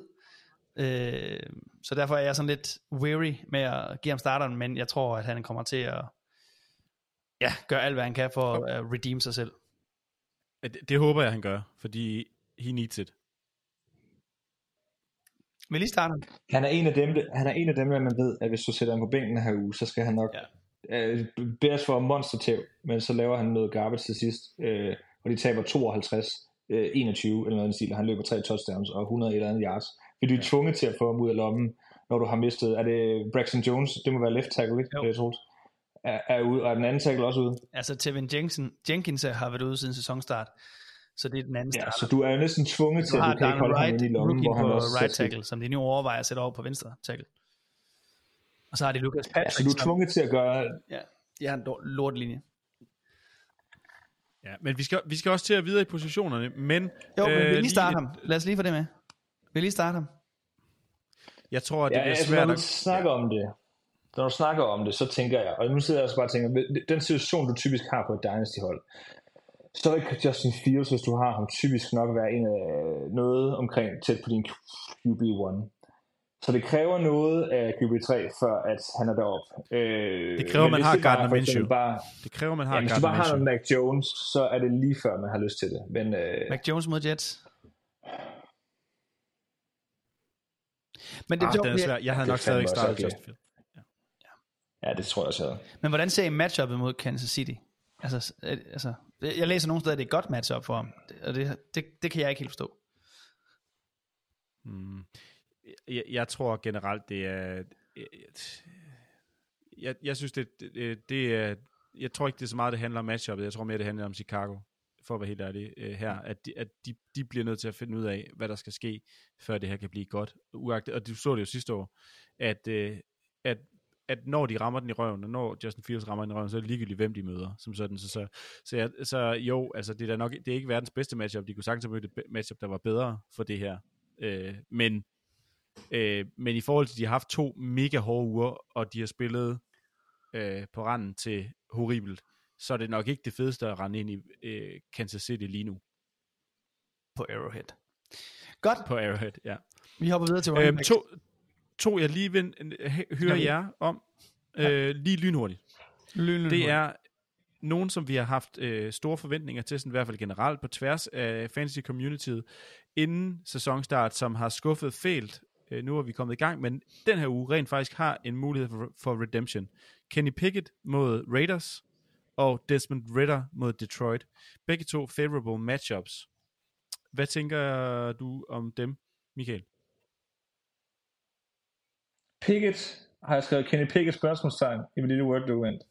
så derfor er jeg sådan lidt weary med at give ham starteren, men jeg tror, at han kommer til at gøre alt, hvad han kan for at redeem sig selv. Det håber jeg, han gør, fordi he needs it. Vil lige starte? Han er en af dem, der man ved, at hvis du sætter ham på bænken her uge, så skal han nok Bears for monster-tæv, men så laver han noget garbage til sidst, og de taber 52-21 eller noget stil, og han løber 3 touchdowns og 100 eller andet yards. Fordi du er tvunget til at få ham ud af lommen, når du har mistet, er det Braxton Jones, det må være left tackle, ikke? Er ude, og er den anden tackle også ude? Altså Tevin Jenkins har været ude siden sæsonstart, så det er den anden start. Så du er jo næsten tvunget til, at du kan ikke holde ham inde i lommen, hvor han også right tackle, som de nu overvejer at sætte over på venstre tackle. Og så har de Lucas Patrick. Så du er tvunget til at gøre... Ja, de har en lortlinje. Ja, men vi skal også til at videre i positionerne, men... Jo, men vi lige starte ham. Lad os lige få det med. Vi lige starte ham. Jeg tror, at det bliver svært at... Når du snakker om det, så tænker jeg, og nu sidder jeg også bare og tænker, den situation, du typisk har på et Dynasty-hold, så kan Justin Fields, hvis du har ham, typisk nok være noget omkring tæt på din QB1. Så det kræver noget af QB3, før at han er deroppe. Det kræver, man har Gardner Minshew. Det kræver, man har Gardner Minshew. Hvis du bare har noget Mac Jones, så er det lige før, man har lyst til det. Men, Mac Jones mod Jets. Men det er svært. Jeg havde nok stadig startet Justin Fields. Ja, det tror jeg også. Men hvordan ser I matchuppet mod Kansas City? Altså, jeg læser nogle steder, at det er et godt matchup for ham, og det kan jeg ikke helt forstå. Jeg tror generelt, det er... Jeg synes, det er... Jeg tror ikke, det er så meget, det handler om matchuppet. Jeg tror mere, det handler om Chicago, for at være helt ærlig her. At de bliver nødt til at finde ud af, hvad der skal ske, før det her kan blive godt. Og du så det jo sidste år, at når de rammer den i røven, og når Justin Fields rammer den i røven, så er det ligegyldigt, hvem de møder, som sådan. Så jo, altså det er nok, det er ikke verdens bedste matchup. De kunne sagtens have mødt et matchup, der var bedre for det her. Men i forhold til, at de har haft 2 mega hårde uger, og de har spillet på randen til horribelt, så er det nok ikke det fedeste at rende ind i Kansas City lige nu. På Arrowhead. Godt. På Arrowhead, ja. Vi hopper videre til running backs. To jeg lige vil høre jer om, lige lynhurtigt. Det er nogen, som vi har haft store forventninger til, sådan i hvert fald generelt på tværs af fantasy-communityet, inden sæsonstart, som har skuffet fælt. Nu er vi kommet i gang, men den her uge rent faktisk har en mulighed for redemption. Kenny Pickett mod Raiders, og Desmond Ridder mod Detroit. Begge 2 favorable matchups. Hvad tænker du om dem, Michael? Pickett har jeg skrevet Kenny Pickett spørgsmålstegn i mit lille Word-dokument.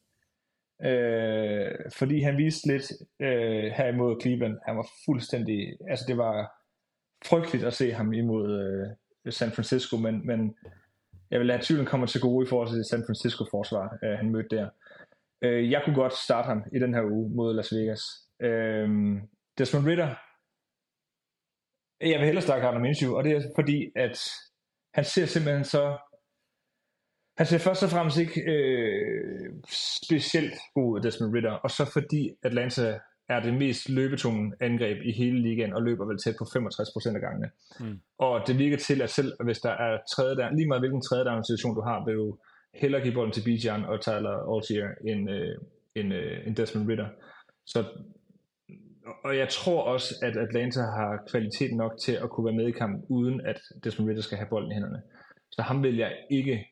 Fordi han viste lidt her imod Cleveland. Han var fuldstændig, altså det var frygteligt at se ham imod San Francisco, men jeg vil lade tvivlen komme til gode i forhold til det San Francisco forsvar, han mødte der. Jeg kunne godt starte ham i den her uge mod Las Vegas. Desmond Ridder, jeg vil hellere starte Gardner Minshew, og det er fordi, at han ser simpelthen så, han ser først og fremmest ikke specielt god ud, Desmond Ridder, og så fordi Atlanta er det mest løbetunge angreb i hele ligaen, og løber vel tæt på 65% af gangene. Og det virker til, at selv hvis der er tredje down, lige meget hvilken tredje down situation du har, vil du hellere give bolden til Bijan og Tyler Allgeier end Desmond Ridder. Så, og jeg tror også, at Atlanta har kvalitet nok til at kunne være med i kampen, uden at Desmond Ridder skal have bolden i hænderne. Så ham vil jeg ikke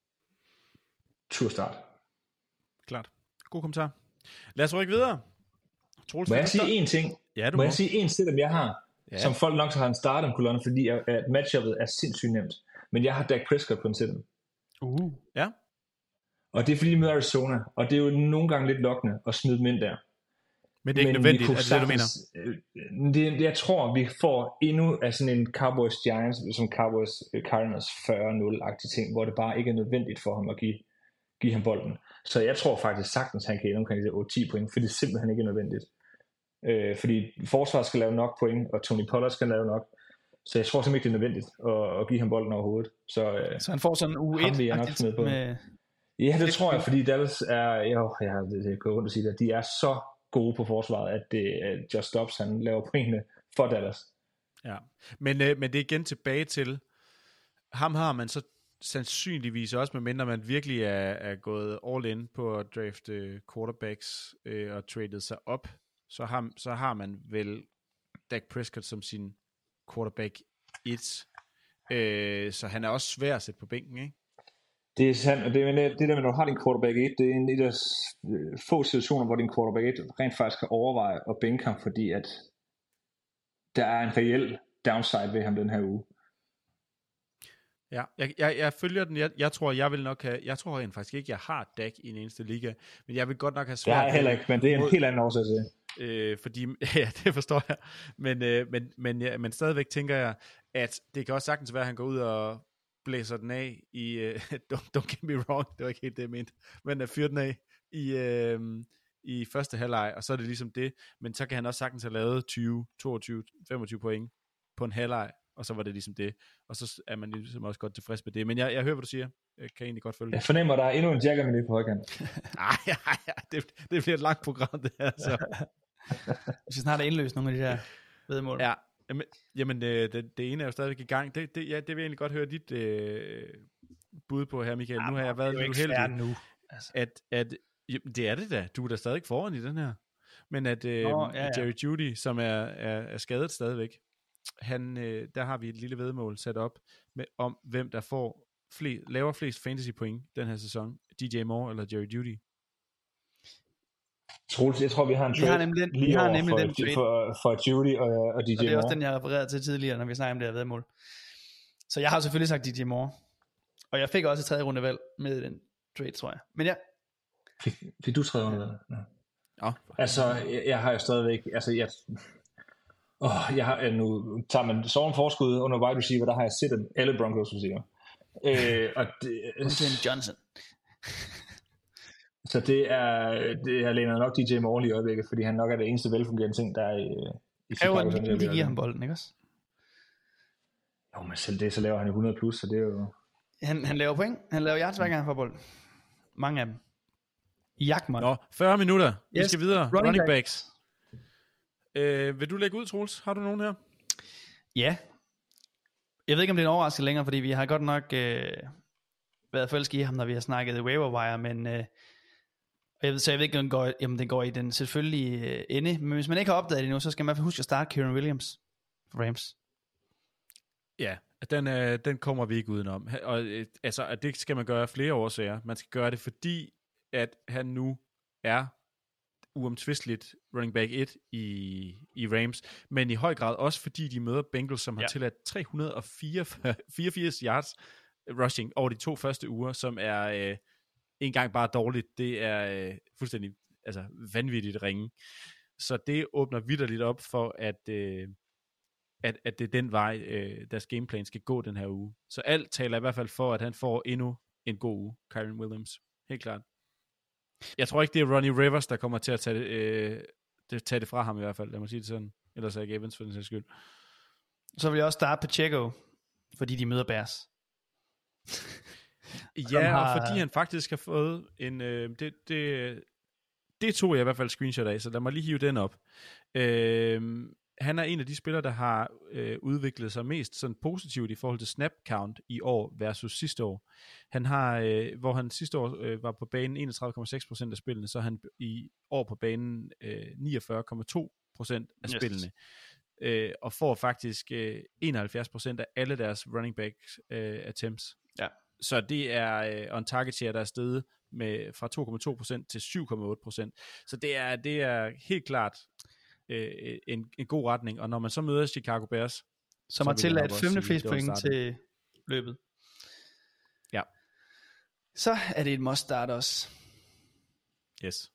start. Klart. God kommentar. Lad os rykke videre. Troels, må jeg sige én ting? Ja, må jeg sige én sted, jeg har, som folk nok har en start om kolonne, fordi at matchuppet er sindssygt nemt. Men jeg har Dak Prescott på en sætning. Ja. Og det er fordi, de møder Arizona, og det er jo nogle gange lidt lokkende at smide dem ind der. Men det er ikke nødvendigt, er det det, du mener? Jeg tror, vi får endnu af sådan en Cowboys Giants, som Cowboys Cardinals 40-0-agtig ting, hvor det bare ikke er nødvendigt for ham at give ham bolden. Så jeg tror faktisk sagtens, han kan ende omkring de 8-10 point, for det er simpelthen ikke nødvendigt. Fordi forsvaret skal lave nok point, og Tony Pollard skal lave nok. Så jeg tror simpelthen ikke, det er nødvendigt at give ham bolden overhovedet. Så han får sådan en U1 med... Ja, det tror jeg, fordi Dallas er... det går rundt at sige det. De er så gode på forsvaret, at Josh Dobbs, han laver pointene for Dallas. Ja, men det er igen tilbage til, ham har man så sandsynligvis også, medmindre man virkelig er gået all in på at drafte quarterbacks og tradet sig op, så har man vel Dak Prescott som sin quarterback 1. Så han er også svær at sætte på bænken, ikke? Det er sandt, og det der med, når du har din quarterback 1, det er en af de få situationer, hvor din quarterback 1 rent faktisk kan overveje at bænke ham, fordi at der er en reel downside ved ham den her uge. Ja, jeg følger den. Jeg tror, jeg vil nok have... Jeg tror faktisk ikke, jeg har Dak i en eneste liga, men jeg vil godt nok have svært... Det har jeg heller ikke, men det er en helt anden årsag til. Fordi, ja, det forstår jeg. Men stadigvæk tænker jeg, at det kan også sagtens være, at han går ud og blæser den af i... don't get me wrong, det var ikke helt det, jeg mente. Men fyrer den af i første halvleg, og så er det ligesom det. Men så kan han også sagtens have lavet 20, 22, 25 point på en halvleg, og så var det ligesom det. Og så er man ligesom også godt tilfreds med det. Men jeg hører, hvad du siger. Jeg kan egentlig godt følge det. Jeg fornemmer, der er endnu en Jagger-menu på højkant. Nej, det bliver et langt program, det her. Så. Vi skal snart indløse nogle af de der vedmål. Ja, jamen det ene er jo stadigvæk i gang. Det vil jeg egentlig godt høre dit bud på her, Michael. Nu har jeg været lidt uheldig. Nu. Altså. At det er det da. Du er da stadig foran i den her. Men at Jerry Jeudy, som er skadet stadigvæk, der har vi et lille vedmål sat op om hvem der får laver flest fantasy point den her sæson. DJ Moore eller Jerry Jeudy? Troels, jeg tror vi har en trade for Jeudy og DJ Moore. Og det er også den jeg refererede til tidligere, når vi snakker om det her vedmål. Så jeg har selvfølgelig sagt DJ Moore. Og jeg fik også et tredje rundevalg med den trade, tror jeg. Men ja. Fik du tredje rundevalg? Ja. Altså, jeg har jo stadigvæk... Altså, jeg har nu tager man sådan forskud under wide receiver, der har jeg set alle Broncos receiver. Og det Johnson. Så det har lænet nok DJ Moore lige i øjeblikket, fordi han nok er det eneste velfungerende ting, der er i Chicago. De giver ham bolden, ikke også? Jo, men selv det, så laver han 100 plus, så det er jo... Han laver point. Han laver yards hver gang han får bolden. Mange af dem. Jagtmål. Nå, 40 minutter. Yes. Vi skal videre. Running backs. Vil du lægge ud, Troels? Har du nogen her? Ja. Jeg ved ikke, om det er en overraskelse længere, fordi vi har godt nok været forelsket i ham, når vi har snakket waiver wire, men så jeg ved ikke, om den går i den selvfølgelige ende. Men hvis man ikke har opdaget det endnu, så skal man huske at starte Kyren Williams for Rams. Ja, den kommer vi ikke udenom. Og at det skal man gøre af flere årsager. Man skal gøre det, fordi at han nu er uomtvisteligt running back 1 i Rams, men i høj grad også fordi de møder Bengals, som har tilladt 384 yards rushing over de 2 første uger, som er ikke engang bare dårligt, det er fuldstændig vanvittigt ringe. Så det åbner vitterligt op for, at det er den vej, deres gameplan skal gå den her uge. Så alt taler i hvert fald for, at han får endnu en god uge, Kyren Williams. Helt klart. Jeg tror ikke, det er Ronnie Rivers, der kommer til at tage det fra ham i hvert fald. Lad mig sige det sådan. Ellers er ikke Evans for den sags skyld. Så vil jeg også starte Pacheco, fordi de møder Bears. Ja, og fordi han faktisk har fået en... Det tog jeg i hvert fald screenshot af, så lad mig lige hive den op. Han er en af de spillere, der har udviklet sig mest sådan positivt i forhold til snap count i år versus sidste år. Han har, hvor han sidste år var på banen 31,6% af spillene, så er han i år på banen 49,2% af spillene. Og får faktisk 71% af alle deres running back attempts. Ja. Så det er on target share, der er steget med fra 2,2% til 7,8%. Så det er helt klart en god retning. Og når man så møder Chicago Bears, som har tilladt 5. flest point til løbet, ja, så er det et must start også. Yes.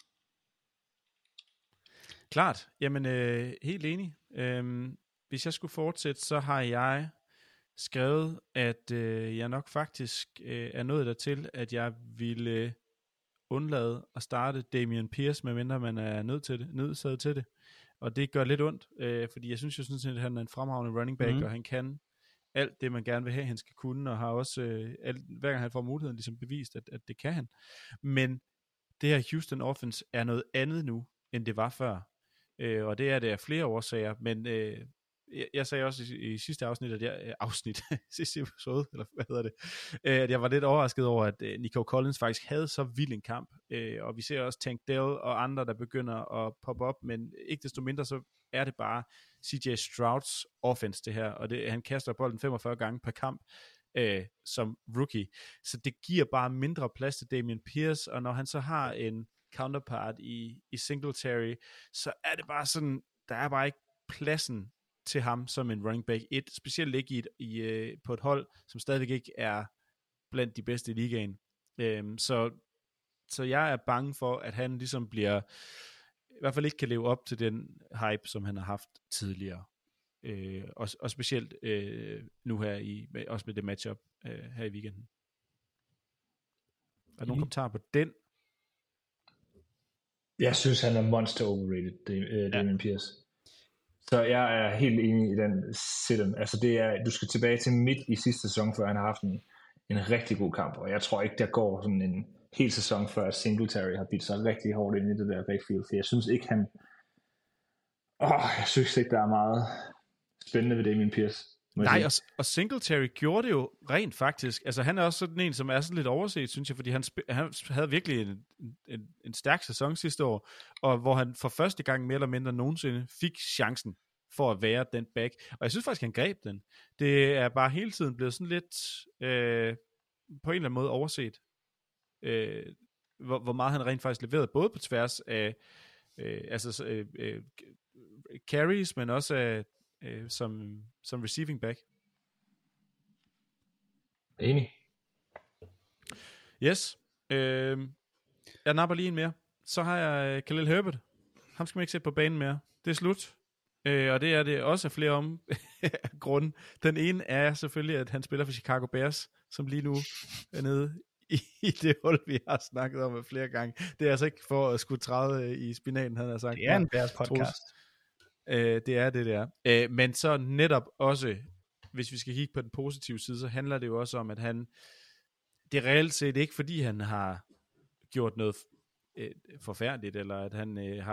Klart. Jamen, helt enig. Hvis jeg skulle fortsætte, så har jeg skrevet, at jeg nok faktisk er nået dertil, at jeg ville undlade at starte Dameon Pierce, medmindre man er nødsaget til det. Og det gør lidt ondt, fordi jeg synes jo sådan set, at han er en fremragende running back, og han kan alt det, man gerne vil have, han skal kunne, og har også, hver gang han får muligheden, ligesom bevist, at det kan han. Men det her Houston offense er noget andet nu, end det var før. Og det er det af flere årsager, men jeg sagde også i sidste afsnit, sidste episode, eller hvad hedder det, at jeg var lidt overrasket over, at Nico Collins faktisk havde så vild en kamp, og vi ser også Tank Dell og andre, der begynder at poppe op, men ikke desto mindre, så er det bare CJ Strouds offense det her, og han kaster bolden 45 gange per kamp, som rookie, så det giver bare mindre plads til Dameon Pierce, og når han så har en counterpart i Singletary, så er det bare sådan, der er bare ikke pladsen til ham som en running back 1, specielt ikke på et hold, som stadigvæk ikke er blandt de bedste i ligaen. Så jeg er bange for, at han ligesom bliver, i hvert fald ikke kan leve op til den hype, som han har haft tidligere. Og specielt nu her, også med det matchup her i weekenden. Er der nogen kommentarer på den? Jeg synes, han er monster overrated, Dameon Pierce. Så jeg er helt enig i den sit-em. Altså du skal tilbage til midt i sidste sæson, før han har haft en rigtig god kamp, og jeg tror ikke, der går sådan en hel sæson, før Singletary har bidt sig rigtig hårdt ind i det der backfield, for jeg synes ikke, jeg synes ikke, der er meget spændende ved Dameon Pierce. Nej, og Singletary gjorde det jo rent faktisk. Altså han er også sådan en, som er sådan lidt overset, synes jeg, fordi han havde virkelig en stærk sæson sidste år, og hvor han for første gang mere eller mindre nogensinde fik chancen for at være den back. Og jeg synes faktisk, han greb den. Det er bare hele tiden blevet sådan lidt på en eller anden måde overset, hvor meget han rent faktisk leverede, både på tværs af carries, men også af som receiving back. Enig. Yes. Jeg napper lige en mere. Så har jeg Khalil Herbert. Ham skal man ikke sætte på banen mere. Det er slut. Og det er det også af flere grunde. Den ene er selvfølgelig, at han spiller for Chicago Bears, som lige nu er nede i det hul, vi har snakket om flere gange. Det er altså ikke for at skulle træde i spinaten, han har sagt. Det er en Bears podcast. Det er det der. Men så netop også, hvis vi skal kigge på den positive side, så handler det jo også om, at det er reelt set ikke, fordi han har gjort noget forfærdeligt, eller at han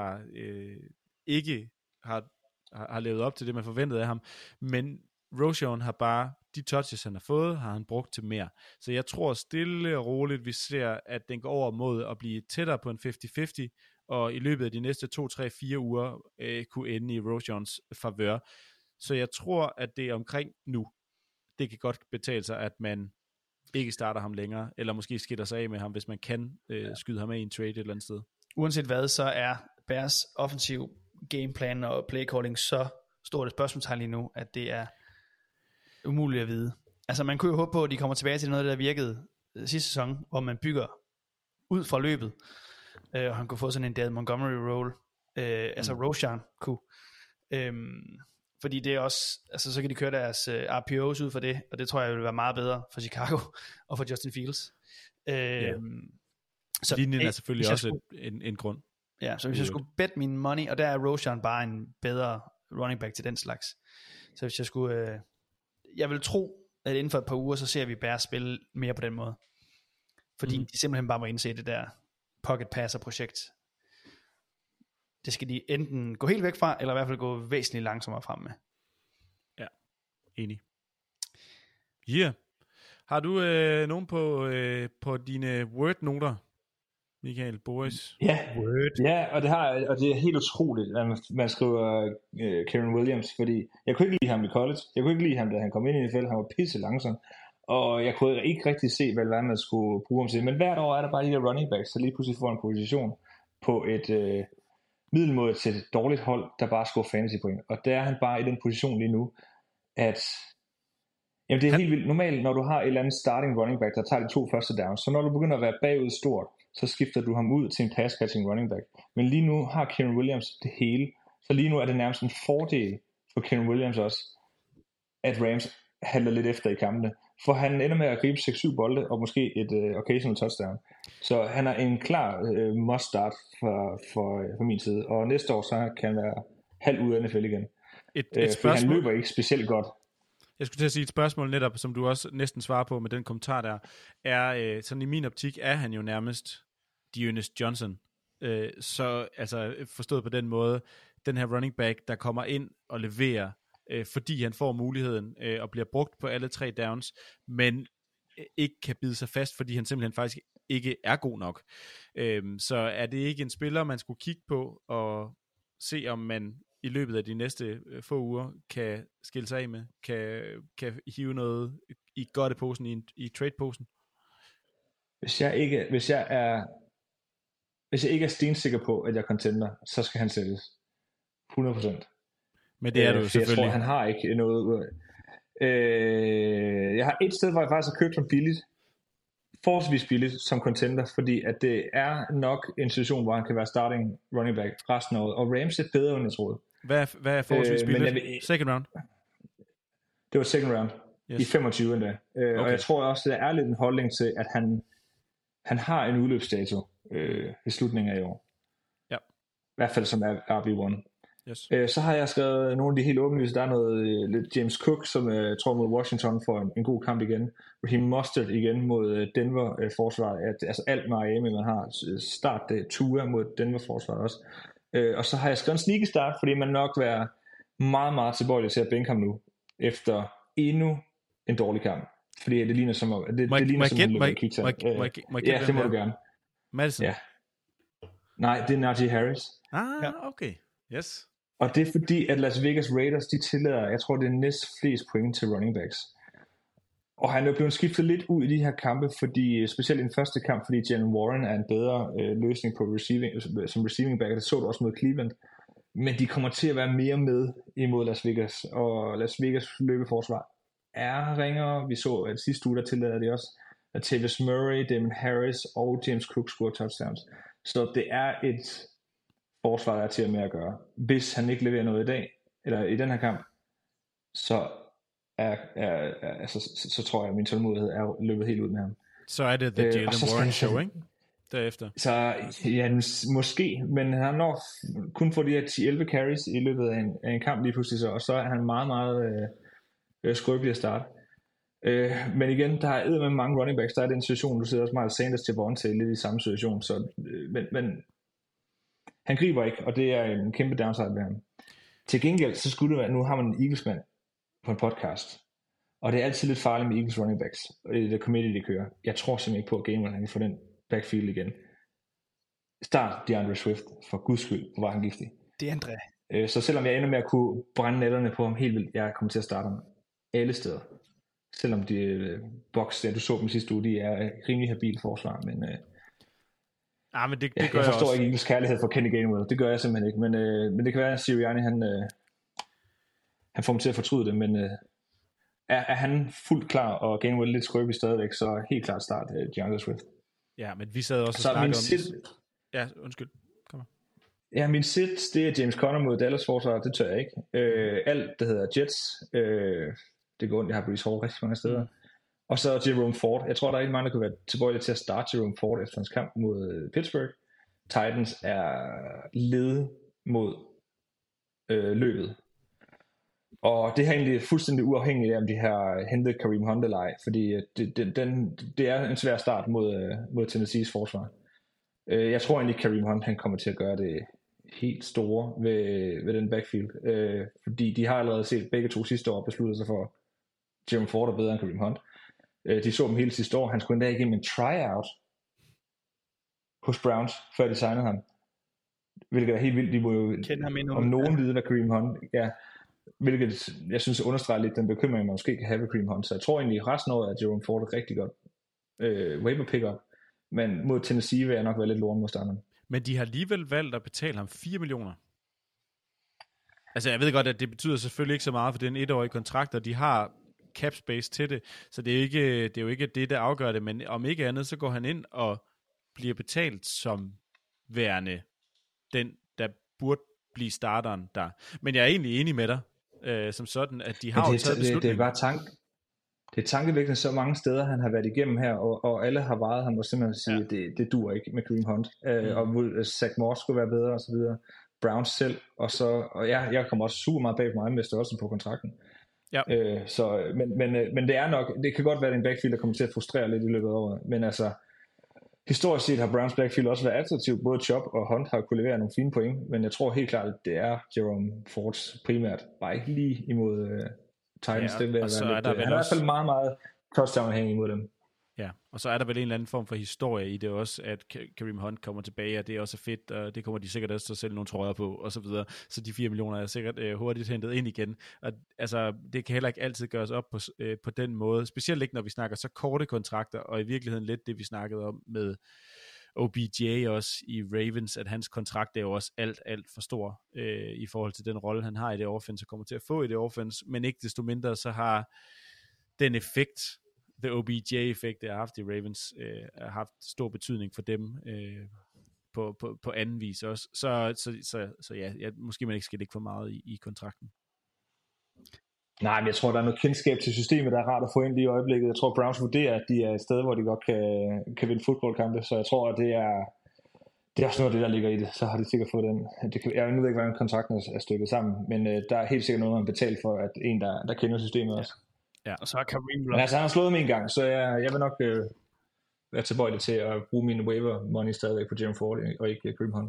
ikke har levet op til det, man forventede af ham. Men Roschon har bare, de touches, han har fået, har han brugt til mere. Så jeg tror stille og roligt, vi ser, at den går over mod at blive tættere på en 50-50, og i løbet af de næste 2, 3, 4 uger kunne ende i Roschons favør. Så jeg tror, at det er omkring nu. Det kan godt betale sig, at man ikke starter ham længere, eller måske skiller sig af med ham, hvis man kan skyde ham af i en trade et eller andet sted. Uanset hvad, så er Bears offensiv gameplan og playcalling så stort et spørgsmålstegn lige nu, at det er umuligt at vide. altså man kunne jo håbe på, at de kommer tilbage til noget af det, der virkede sidste sæson, hvor man bygger ud fra løbet, og han kunne få sådan en Dad Montgomery role, altså Roshan kunne, fordi det er også, altså så kan de køre deres RPOs ud for det, og det tror jeg vil være meget bedre for Chicago og for Justin Fields. Så linjen er selvfølgelig også en grund. Ja, så hvis jeg skulle bet min money, og der er Roshan bare en bedre running back til den slags, så hvis jeg skulle, jeg vil tro, at inden for et par uger, så ser vi Bears spille mere på den måde, fordi de simpelthen bare må indse det der pocket passer projekt. Det skal de enten gå helt væk fra, eller i hvert fald gå væsentligt langsommere frem med. Ja, enig. Har du nogen på dine Word-noter, Michael Boris? Ja, og det har, og det er helt utroligt, at man skriver Karen Williams, fordi jeg kunne ikke lide ham i college. Jeg kunne ikke lide ham, da han kom ind i NFL. Han var pisse langsom. Og jeg kunne ikke rigtig se, hvad man skulle bruge ham til. Men hvert år er der bare de der running backs, så lige pludselig får en position på et middelmåde til et dårligt hold, der bare scorer fantasy point. Og der er han bare i den position lige nu, at jamen det er helt vildt. Normalt, når du har et eller andet starting running back, der tager de 2 første downs, så når du begynder at være bagud stort, så skifter du ham ud til en pass-catching running back. Men lige nu har Karen Williams det hele. Så lige nu er det nærmest en fordel for Karen Williams også, at Rams handler lidt efter i kampene. For han ender med at gribe 6-7 bolde, og måske et occasional touchdown. Så han er en klar must start for min side. Og næste år, så kan han være halv ude af NFL igen. Et spørgsmål. Han løber ikke specielt godt. Jeg skulle til at sige et spørgsmål netop, som du også næsten svarer på med den kommentar der, er, sådan i min optik, er han jo nærmest Dearness Johnson. Så altså forstået på den måde, den her running back, der kommer ind og leverer, fordi han får muligheden og bliver brugt på alle 3 downs, men ikke kan bide sig fast, fordi han simpelthen faktisk ikke er god nok. Så er det ikke en spiller, man skulle kigge på og se, om man i løbet af de næste få uger kan skille sig af med, kan hive noget i godteposen, i trade-posen? Hvis jeg ikke er stensikker på, at jeg contender, så skal han sælges. 100%. Men det er du jo selvfølgelig. Jeg tror, han har ikke noget. Jeg har et sted, hvor jeg faktisk har købt ham billigt, forholdsvis billigt som contender, fordi at det er nok en situation, hvor han kan være starting running back resten af året, og Rams er bedre, end jeg troede. Hvad er forholdsvis billigt? Second round? Det var second round, yes. I 25 endda. Okay. Og jeg tror også, der er lidt en holdning til, at han har en udløbsdato i slutningen af i år. Ja. I hvert fald som RB1. Yes. Så har jeg skrevet nogle af de helt åbenlyse. Der er noget lidt James Cook, som tror mod Washington får en god kamp igen. Raheem Mostert igen mod Denver forsvaret. Altså alt Miami, man har start Tua mod Denver forsvaret også. Og så har jeg skrevet en sneaky start, fordi man nok være meget, meget tilbøjelig til at bænke ham nu, efter endnu en dårlig kamp. Fordi det ligner som om, det ligner som om, ja, det må du gerne. Madison? Ja. Nej, det er Najee Harris. Okay. Yes. Og det er fordi, at Las Vegas Raiders, de tillader, jeg tror, det er næst flest point til running backs. Og han er blevet skiftet lidt ud i de her kampe, fordi specielt i den første kamp, fordi Jalen Warren er en bedre løsning på som receiving back. Det så du også mod Cleveland. Men de kommer til at være mere med imod Las Vegas. Og Las Vegas løbeforsvar er ringere. Vi så, at sidste uge, der tillader de også, at Tavis Murray, Damon Harris og James Cook scorer touchdowns. Så det er et forsvar, der er til at med at gøre. Hvis han ikke leverer noget i dag, eller i den her kamp, så så tror jeg, at min tålmodighed er løbet helt ud med ham. Så er det The Jalen Warren Show, ikke? Derefter. Så ja, måske, men han når kun får de her 10-11 carries i løbet af en kamp lige pludselig, og så er han meget, meget skrøbelig at starte. Men igen, der er med mange running backs, der er den situation, du sidder også Miles Sanders til Vontae lidt i samme situation, så, men han griber ikke, og det er en kæmpe downside ved ham. Til gengæld, så skulle det være, nu har man en Eagles-mand på en podcast, og det er altid lidt farligt med Eagles running backs, og det er det committee, de kører. Jeg tror simpelthen ikke på, at Gainwell han kan få den backfield igen. Start DeAndre Swift, for guds skyld, hvor var han giftig. Det er André. Så selvom jeg ender med at kunne brænde netterne på ham helt vildt, jeg kommer til at starte ham alle steder. Selvom de box, du så dem sidste uge, de er rimelig habil forsvar, men men det gør jeg forstår ikke Eagles kærlighed for Kenny Gainwell. Det gør jeg simpelthen ikke, men det kan være, at Sirianni han får mig til at fortryde det, men er han fuldt klar, og Gainwell lidt skrøbelig stadigvæk, så helt klart start DeAndre Swift. Ja, men vi sad også og Så snakkede om... Ja, undskyld. Kom her. Ja, min sit, det er James Conner mod Dallas forsvar, det tør jeg ikke. Alt, der hedder Jets, det går ondt, jeg har Breece Hall rigtig mange steder. Og så Jerome Ford. Jeg tror, der er ikke mange, der kunne være tilbøjelige til at starte Jerome Ford efter hans kamp mod Pittsburgh. Titans er led mod løbet. Og det er egentlig fuldstændig uafhængigt af, om de har hentet Kareem Hunt eller ej, fordi det er en svær start mod Tennessees forsvar. Jeg tror egentlig, Kareem Hunt han kommer til at gøre det helt store ved den backfield, fordi de har allerede set begge to sidste år besluttet sig for, at Jerome Ford er bedre end Kareem Hunt. De så dem hele sidste år. Han skulle endda igennem en tryout hos Browns, før de signede ham. Hvilket er helt vildt. De må jo om nogen vide, hvad Kareem Hunt er. Hvilket jeg synes understreger lidt den bekymring, man måske kan have ved Kareem Hunt. Så jeg tror egentlig, resten af året er Jerome Ford et rigtig godt waiver pickup. Men mod Tennessee vil jeg nok være lidt loren modstanderen. Men de har alligevel valgt at betale ham 4 millioner. Altså jeg ved godt, at det betyder selvfølgelig ikke så meget, for det er en 1-årig kontrakt, og de har cap space til det, så det er jo ikke det, der afgør det, men om ikke andet, så går han ind og bliver betalt som værende den, der burde blive starteren der. Men jeg er egentlig enig med dig, som sådan, at de har jo taget beslutningen. Det er bare det er tankevækkende så mange steder, han har været igennem her, og alle har vejet ham og simpelthen sige, at det dur ikke med Kareem Hunt, og Zach Moss skulle være bedre og så videre. Browns selv, og jeg kommer også super meget bag på mig med størrelsen på kontrakten. Ja. Men det er nok, det kan godt være, at en backfield, der kommer til at frustrere lidt i løbet af året, men altså, historisk set har Browns backfield også været attraktiv. Både Chop og Hunt har kunne levere nogle fine point, men jeg tror helt klart, at det er Jerome Fords primært. Bare ikke lige imod Titans. Ja, det vil og så være er der lidt, han er i hvert fald meget, meget touchdown-afhængig imod dem. Ja, og så er der vel en eller anden form for historie i det også, at Kareem Hunt kommer tilbage, og det er også fedt, og det kommer de sikkert også til at sælge nogle trøjer på, og så videre. Så de 4 millioner er sikkert hurtigt hentet ind igen. Og altså, det kan heller ikke altid gøres op på den måde, specielt ikke når vi snakker så korte kontrakter, og i virkeligheden lidt det, vi snakkede om med OBJ også i Ravens, at hans kontrakt er jo også alt for stor i forhold til den rolle, han har i det offense, og kommer til at få i det offense, men ikke desto mindre, så har den effekt, the OBJ-effekt, det har haft i Ravens, har haft stor betydning for dem på anden vis også. Så ja, måske man ikke skal lægge for meget i kontrakten. Nej, men jeg tror, der er noget kendskab til systemet, der er rart at få ind lige i øjeblikket. Jeg tror, Browns vurderer, at de er et sted, hvor de godt kan vinde fodboldkampe, så jeg tror, at det er også noget af det, der ligger i det. Så har de sikkert fået den. Jeg ved ikke, hvordan kontrakten er stykket sammen, men der er helt sikkert noget, man betaler for, at en, der kender systemet også. Ja. Og så er Kareem. Men altså, han har slået mig en gang, så jeg vil nok være tilbøjelig til at bruge min waiver money stadigvæk på Jerome Ford og ikke Kareem Hunt.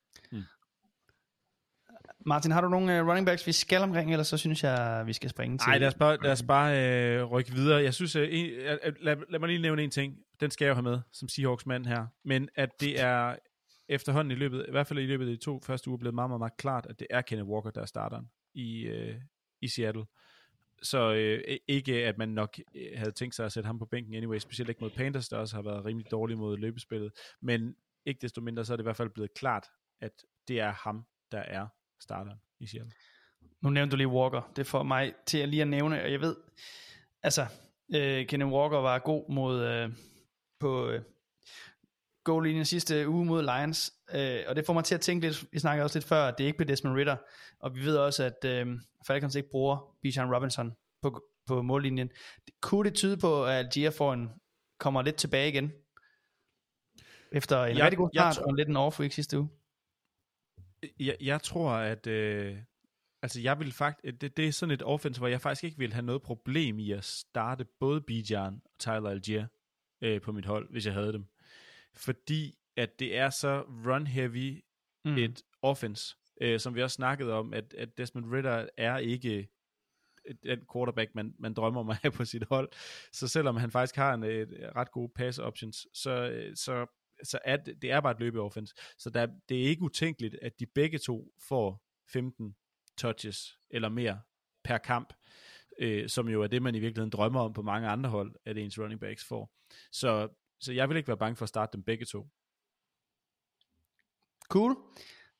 Martin, har du nogle running backs, vi skal omkring, eller så synes jeg, vi skal springe til... Nej, lad os bare rykke videre. Jeg synes, lad mig lige nævne en ting. Den skal jeg jo have med, som Seahawks mand her. Men at det er efterhånden i hvert fald i løbet af de 2 første uger, blevet meget, meget, meget klart, at det er Kenneth Walker, der er starteren i Seattle. Så ikke, at man nok havde tænkt sig at sætte ham på bænken anyway, specielt ikke mod Panthers, der også har været rimelig dårlig mod løbespillet. Men ikke desto mindre, så er det i hvert fald blevet klart, at det er ham, der er starteren i Seattle. Nu nævnte du lige Walker. Det får mig til at lige at nævne, og jeg ved, altså, Kenneth Walker var god mod på goal-linjen sidste uge mod Lions, og det får mig til at tænke lidt, vi snakkede også lidt før, at det ikke blev Desmond Ridder, og vi ved også, at Falcons ikke bruger Bijan Robinson på mållinjen. Kunne det tyde på, at Algier kommer lidt tilbage igen? Efter en rigtig god start, og lidt en off-week sidste uge? Jeg tror, at altså jeg vil faktisk, det er sådan et offense, hvor jeg faktisk ikke vil have noget problem i at starte både Bijan og Tyler Algier på mit hold, hvis jeg havde dem. Fordi at det er så run-heavy et offense, som vi også snakkede om, at Desmond Ridder er ikke den quarterback, man drømmer om at have på sit hold. Så selvom han faktisk har en ret gode pass options, så er det er bare et løbeoffense. Så det er ikke utænkeligt, at de begge to får 15 touches eller mere per kamp, som jo er det, man i virkeligheden drømmer om på mange andre hold, at ens running backs får. Så jeg vil ikke være bange for at starte dem begge to. Cool.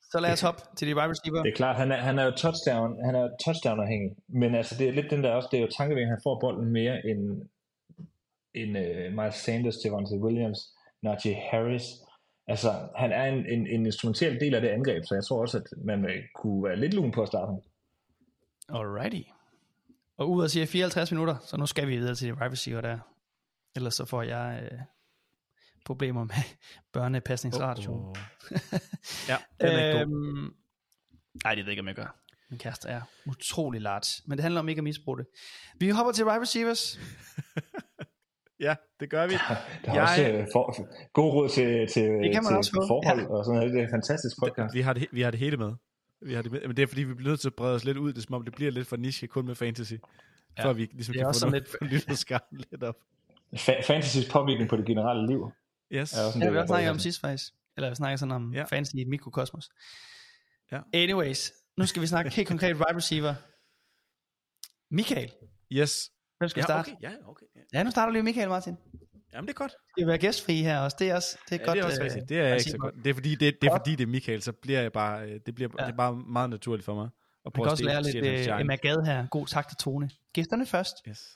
Så lad os hoppe til de wide receiver. Det er klart, han er jo touchdown afhængig, men altså det er lidt den der også, det er jo tankevækkende, han får bolden mere end Miles Sanders, Javonte Williams, Najee Harris. Altså han er en instrumentel del af det angreb, så jeg tror også, at man kunne være lidt lun på at starte ham. Alrighty. Og ud af siger 54 minutter, så nu skal vi videre til de wide receiver der. Ellers så får jeg problemer med børnepasningsradio. Ja, den er ikke god. Nej, det ved jeg ikke, om jeg gør. Min kæreste er utrolig large, men det handler om ikke at misbruge det. Vi hopper til wide receivers. Ja, det gør vi. Der er også god råd til forhold og sådan noget. Det er en fantastisk podcast. Vi har det hele med. Men det er fordi, vi bliver nødt til at brede os lidt ud. Det er som om, det bliver lidt for niche kun med fantasy. Ja, for at vi ligesom kan få noget lytterskaren lidt op. Fantasys påvirkning på det generelle liv. Yes. Ja, vi har snakket om sidst faktisk. Eller vi snakker sådan om fantasy i mikrokosmos. Ja. Anyways, nu skal vi snakke helt konkret wide receiver. Michael. Yes. Hvem skal starte? Okay. Ja, nu starter vi Michael, Martin. Jamen, det er godt. Det skal være gæstfri her også. Det er godt. Det er også rigtigt. Det er ikke så godt. Det er fordi, det er Michael, så bliver jeg bare, det er bare meget naturligt for mig. Og man kan også lære lidt Emma Gade her. God takt og tone. Gæsterne først. Yes.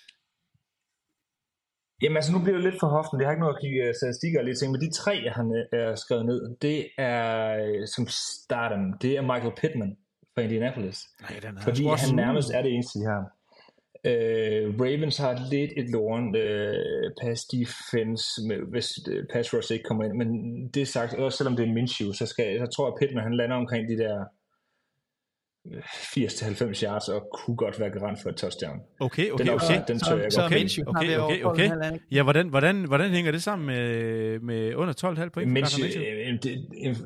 Jamen altså, nu bliver det lidt for hoften. Det har ikke noget at kigge statistikker og lidt ting, men de tre, jeg har skrevet ned, det er som starter. Det er Michael Pittman fra Indianapolis. Fordi han nærmest er det eneste, de har. Ravens har lidt et lorent pass defense, hvis pass rush ikke kommer ind, men det er sagt, også selvom det er Minshew, så tror jeg, at Pittman han lander omkring de der 80-90 yards og kunne godt være garant for et touchdown. Okay. Den tør jeg godt. Okay. Ja, hvordan hænger det sammen med under 12,5 point? Minshew, det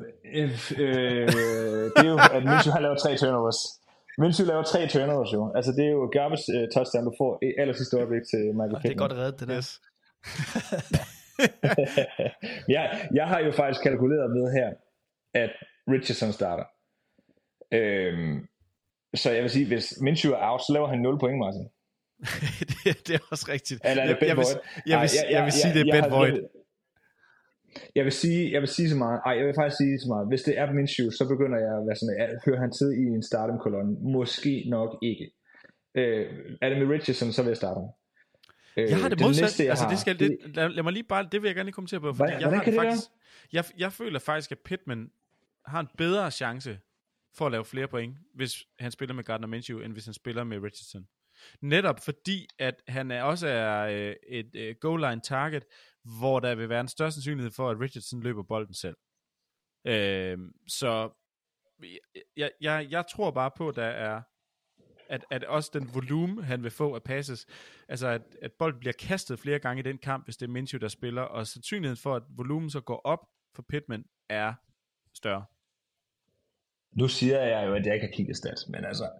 er jo, at Minshew har lavet 3 turnovers. Minshew laver 3 turnovers jo. Altså det er jo garbage touchdown, du får i aller sidste øjeblik til Michael Pittman. Det er godt reddet, det der. Yes. jeg har jo faktisk kalkuleret med her, at Richardson starter. Så jeg vil sige, hvis Minshew er out, så laver han 0 point, Martin. det er også rigtigt. Eller er det Ben Boyd? Jeg vil sige, det er Ben Boyd. Jeg vil sige så meget. Jeg vil faktisk sige så meget. Hvis det er Minshew, så begynder jeg at være sådan, at hører han tid i en startem-kolonne? Måske nok ikke. Er det med Richardson, så vil jeg starte ham. Jeg har det modsat. Lad mig lige bare, det vil jeg gerne lige kommentere på. Fordi jeg føler faktisk, at Pittman har en bedre chance for at lave flere point, hvis han spiller med Gardner Minshew, end hvis han spiller med Richardson. Netop fordi, at han også er et goal line target, hvor der vil være en større sandsynlighed for, at Richardson løber bolden selv. Så jeg tror bare på, der er at også den volumen, han vil få af passes, altså at bolden bliver kastet flere gange i den kamp, hvis det er Minshew, der spiller, og sandsynligheden for, at volumen så går op for Pittman, er større. Nu siger jeg jo, at jeg ikke har kigget stats, men altså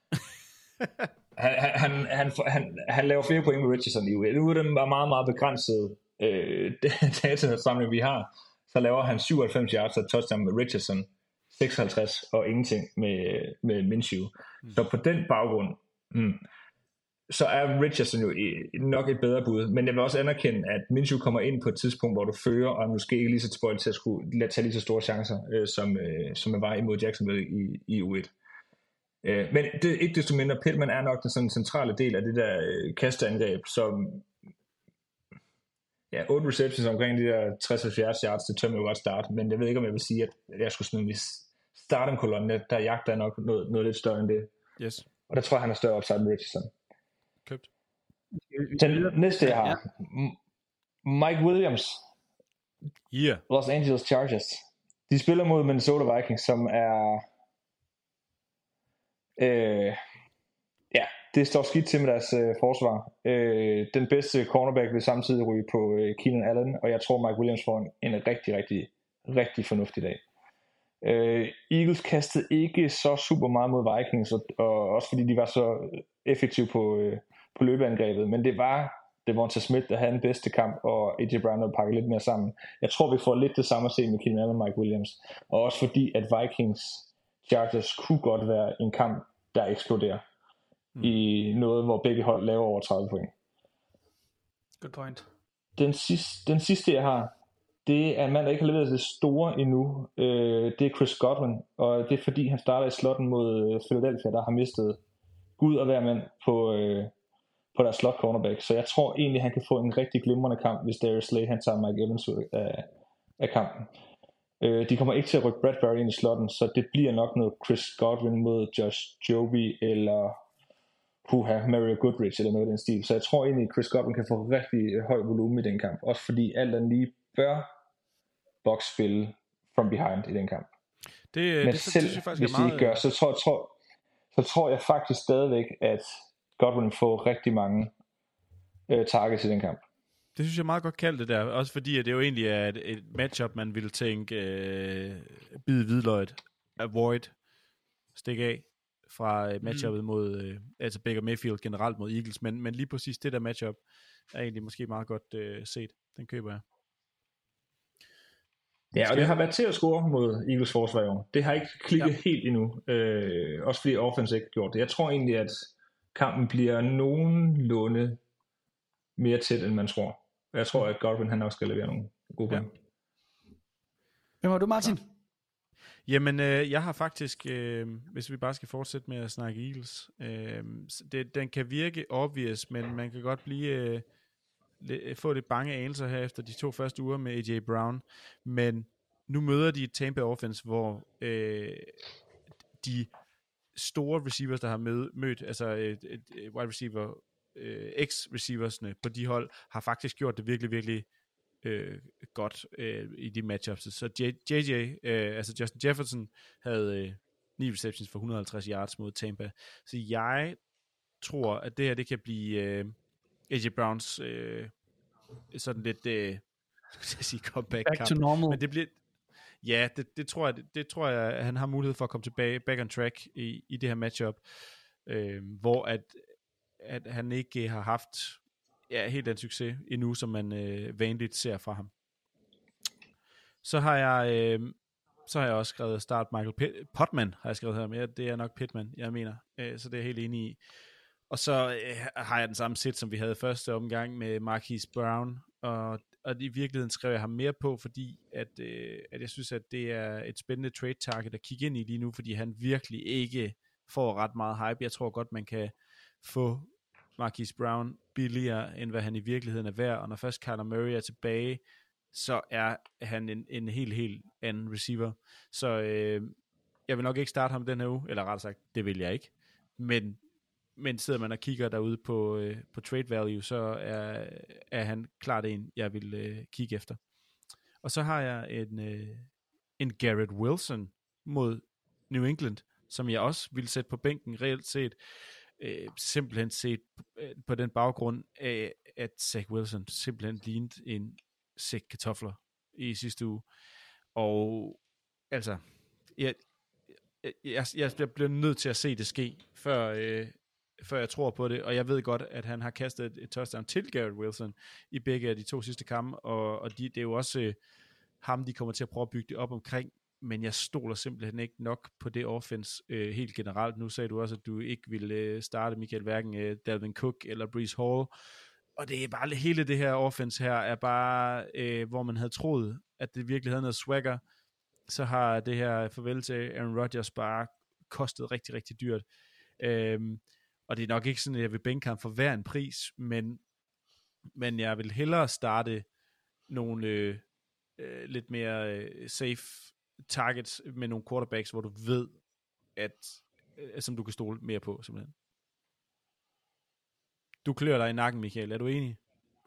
han laver flere point med Richardson i uge. Nu er det meget, meget begrænset datasamling, vi har. Så laver han 97 yards og touchdown med Richardson, 56 og ingenting med Minshew. Så på den baggrund, så er Richardson jo nok et bedre bud. Men jeg vil også anerkende, at Minshew kommer ind på et tidspunkt, hvor du fører, og måske ikke lige så tilbøjelig til at skulle tage lige så store chancer, som man var imod Jacksonville i U1. Men det er ikke desto mindre, Pittman er nok den sådan centrale del af det der kasteangreb, som 8 receptions omkring de der 60-70 yards, det tør man jo godt starte, men jeg ved ikke, om jeg vil sige, at jeg skulle sådan starte en kolonne, der jagter nok noget lidt større end det. Yes. Og der tror jeg, han er større upside med Richardson. Købt. Den næste, jeg har, Mike Williams, Los Angeles Chargers. De spiller mod Minnesota Vikings, som er det står skidt til med deres forsvar. Den bedste cornerback vil samtidig ryge på Keenan Allen, og jeg tror Mike Williams får en rigtig, rigtig, rigtig fornuftig dag. Eagles kastede ikke så super meget mod Vikings, og også fordi de var så effektive på løbeangrebet, men det var Devonta Smith, der havde den bedste kamp, og AJ Brown der pakkede lidt mere sammen. Jeg tror, vi får lidt det samme at se med Keenan Allen og Mike Williams, og også fordi, at Vikings Chargers kunne godt være en kamp, der eksploderer i noget, hvor begge hold laver over 30 point. Good point. Den sidste, jeg har, det er en mand, der ikke har leveret det store endnu. Det er Chris Godwin, og det er fordi, han starter i slotten mod Philadelphia, der har mistet Gud og hver mand på deres slot cornerback. Så jeg tror egentlig, han kan få en rigtig glimrende kamp, hvis Darius Slay han tager Mike Evans ud af kampen. De kommer ikke til at rykke Bradbury ind i slotten, så det bliver nok noget Chris Godwin mod Josh Joby eller Mario Goodrich eller noget af den stil. Så jeg tror egentlig, at Chris Godwin kan få rigtig høj volumen i den kamp. Også fordi alt andet lige bør Bucs spille from behind i den kamp. Men det selv synes jeg faktisk hvis de ikke gør, så tror jeg faktisk stadigvæk, at Godwin får rigtig mange targets i den kamp. Det synes jeg er meget godt kaldt det der. Også fordi at det jo egentlig er et matchup, man ville tænke bide hvidløget, avoid, stik af fra matchuppet mod, altså Baker Mayfield generelt mod Eagles, men lige præcis det der matchup er egentlig måske meget godt set. Den køber jeg. Ja, og det har været til at score mod Eagles forsvar i år. Det har ikke klikket helt endnu. Også fordi offense ikke har gjort det. Jeg tror egentlig, at kampen bliver nogenlunde mere tæt, end man tror. Jeg tror, at Godwin han også skal levere nogle gode point. Hvem har du, Martin? Jamen, jeg har faktisk, hvis vi bare skal fortsætte med at snakke Eagles, den kan virke obvious, men man kan godt blive få lidt bange anelser her efter de 2 første uger med AJ Brown, men nu møder de et Tampa offense, hvor de store receivers, der har mødt, altså wide receiver, ex-receiversne på de hold, har faktisk gjort det virkelig, virkelig godt i de matchups. Så altså Justin Jefferson havde 9 receptions for 150 yards mod Tampa. Så jeg tror, at det her, det kan blive AJ Browns sådan lidt skal jeg sige comeback back to normal. Men det bliver det tror jeg, at han har mulighed for at komme tilbage back on track i det her matchup, hvor at han ikke har haft helt den succes endnu, som man vanligt ser fra ham. Så har jeg også skrevet start Michael Pittman, har jeg skrevet her, men det er nok Pittman, jeg mener, så det er jeg helt enig i. Og så har jeg den samme sit, som vi havde første omgang med Marquise Brown, og i virkeligheden skrev jeg ham mere på, fordi at jeg synes, at det er et spændende trade target at kigge ind i lige nu, fordi han virkelig ikke får ret meget hype. Jeg tror godt, man kan få Marquise Brown billigere, end hvad han i virkeligheden er værd, og når først Kyler Murray er tilbage, så er han en helt anden receiver. Så jeg vil nok ikke starte ham den her uge, eller rettere sagt, det vil jeg ikke. Men sidder man og kigger derude på trade value, så er han klart en, jeg vil kigge efter. Og så har jeg en Garrett Wilson mod New England, som jeg også vil sætte på bænken reelt set, simpelthen set på den baggrund af, at Zach Wilson simpelthen lignede en sæk kartofler i sidste uge. Og altså, jeg bliver nødt til at se det ske, før jeg tror på det, og jeg ved godt, at han har kastet et touchdown til Garrett Wilson i begge af de 2 sidste kampe, og det er jo også ham, de kommer til at prøve at bygge det op omkring, men jeg stoler simpelthen ikke nok på det offense helt generelt. Nu sagde du også, at du ikke ville starte, Michael, hverken Dalvin Cook eller Breece Hall, og det er bare hele det her offense her, er bare, hvor man havde troet, at det virkelig havde noget swagger, så har det her farvel til Aaron Rodgers bare kostet rigtig, rigtig dyrt. Og det er nok ikke sådan, at jeg vil bænke ham for hver en pris, men jeg vil hellere starte nogle lidt mere safe targets med nogle quarterbacks, hvor du ved, at som du kan stole mere på, simpelthen. Du klør dig i nakken, Michael. Er du enig?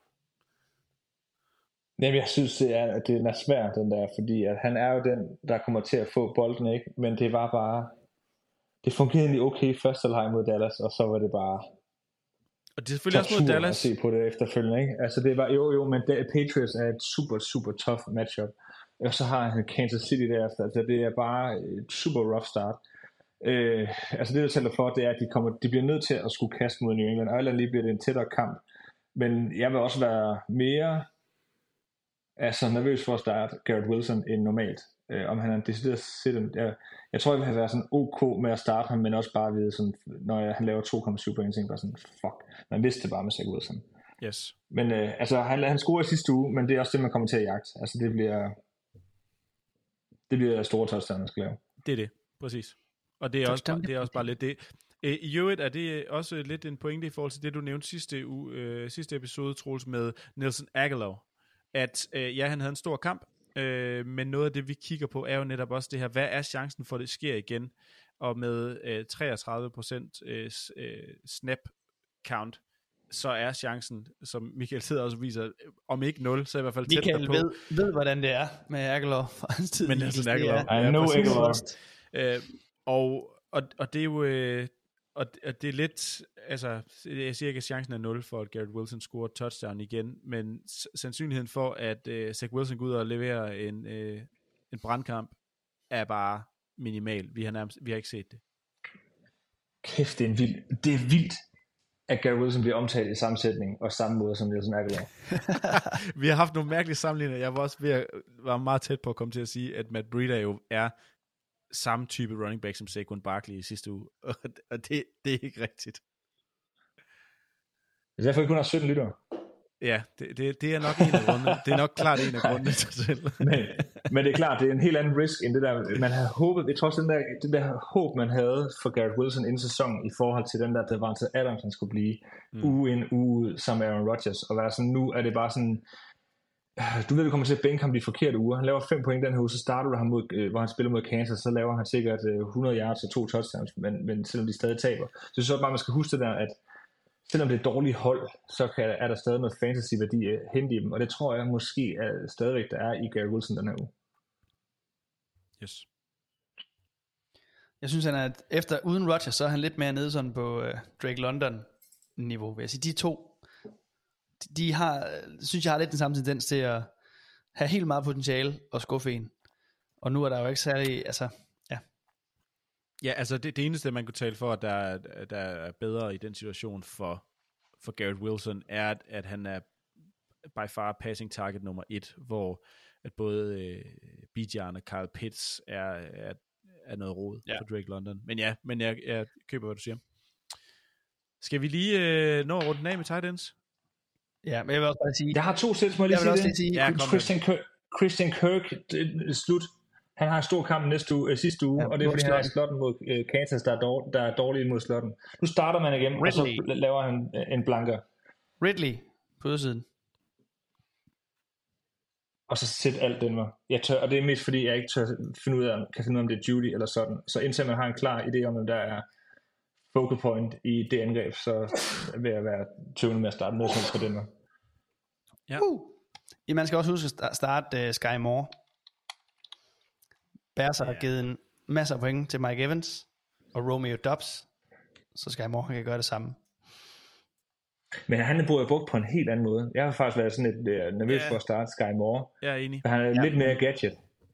Jamen, jeg synes, at den er svær, den der, fordi at han er jo den, der kommer til at få bolden, ikke? Men det var bare, det fungerede egentlig okay første halvleg mod Dallas, og så var det bare og det er selvfølgelig også mod Dallas at se på det efterfølgende, ikke? Altså det var jo, men Patriots er et super, super tough matchup, og så har han Kansas City derefter, altså det er bare et super rough start. Altså det, der tæller for, det er, at de bliver nødt til at skulle kaste mod New England, og ellers lige bliver det en tættere kamp, men jeg vil også være mere nervøs for at starte Garrett Wilson end normalt. Om han er en decideret sit. Jeg tror, jeg vil være sådan ok med at starte ham, men også bare vide, sådan, når han laver 2,7 point, tænker jeg sådan, fuck, man vidste det bare med Zach Wilson. Yes. Men altså, han scorede i sidste uge, men det er også det, man kommer til at jagte. Altså, det bliver store touchdown, man skal lave. Det er det, præcis. Og det er, også bare lidt det. I øvrigt er det også lidt en pointe i forhold til det, du nævnte sidste episode, Troels, med Nelson Agholor. At han havde en stor kamp, men noget af det, vi kigger på, er jo netop også det her, hvad er chancen for, at det sker igen? Og med 33% snap count, så er chancen, som Michael sidder også viser, om ikke 0, så i hvert fald tæt Michael på. ved, hvordan det er med Agholor fra hans tid. Men Nelson Agholor. I know Agholor. Og det er jo... Og det er lidt, altså, jeg siger ikke, at chancen er 0 for, at Garrett Wilson scorer touchdown igen, men sandsynligheden for, at Zach Wilson går ud og leverer en brandkamp, er bare minimal. Vi har ikke set det. Kæft, det er vildt, at Garrett Wilson bliver omtalt i samme sætning og samme måde som Nelson Agholor. Vi har haft nogle mærkelige sammenligninger. Jeg var også var meget tæt på at komme til at sige, at Matt Breida jo er samme type running back som Saquon Barkley i sidste uge, og det er ikke rigtigt. Det er derfor, vi kun har 17 lyttere. Ja, det er nok en af grundene. Det er nok klart en af grundene til selv. men det er klart, det er en helt anden risk end det der, man havde håbet. Jeg tror også, det der håb, man havde for Garrett Wilson inden sæsonen i forhold til den der Davante Adams, han skulle blive uge ind, uge ud, som Aaron Rodgers, og være sådan, nu er det bare sådan, du ved, vi kommer til at bænke ham de forkerte uger. Han laver 5 point den her uge, så starter du ham mod, hvor han spiller mod Kansas, så laver han sikkert 100 yards og 2 touchdowns, men selvom de stadig taber. Så jeg synes bare, man skal huske det der, at selvom det er et dårligt hold, så er der stadig noget fantasy-værdi hente i dem, og det tror jeg måske er stadigvæk, der er i Garrett Wilson den her uge. Yes. Jeg synes, han er, uden Rodgers, så er han lidt mere nede sådan på Drake London-niveau, vil jeg sige. De to, de synes jeg har lidt den samme tendens til at have helt meget potentiale og skuffe en. Og nu er der jo ikke særlig, altså, ja. Ja, altså det eneste, man kunne tale for, at der er bedre i den situation for Garrett Wilson, er, at han er by far passing target nummer 1, hvor at både Bijan og Kyle Pitts er noget rod for Drake London. Men jeg køber, hvad du siger. Skal vi lige nå rundt af med tight ends? Ja, men jeg vil også bare sige... Jeg har 2 sæt, må jeg lige sige det. Ja, Christian Kirk, slut. Han har en stor kamp sidste uge, og det er fordi, han har slotten mod Kansas, der er dårlig mod slotten. Nu starter man igen, og så laver han en blanker. Ridley på ydersiden. Og så sæt alt Denver. Jeg tør, og det er mest fordi, jeg ikke tør kan finde ud af, om det er Judy eller sådan. Så indtil man har en klar idé om, at der er focal point i det angreb, så vil jeg være tøvende med at starte noget som på Denver. Ja. Man skal også huske at starte Sky Moore. Bears har givet en masse af point til Mike Evans og Romeo Doubs, så Sky Moore kan gøre det samme. Men han er brugt på en helt anden måde. Jeg har faktisk været sådan lidt nervøs for at starte Sky Moore. Jeg er enig. Han er lidt mere gadget.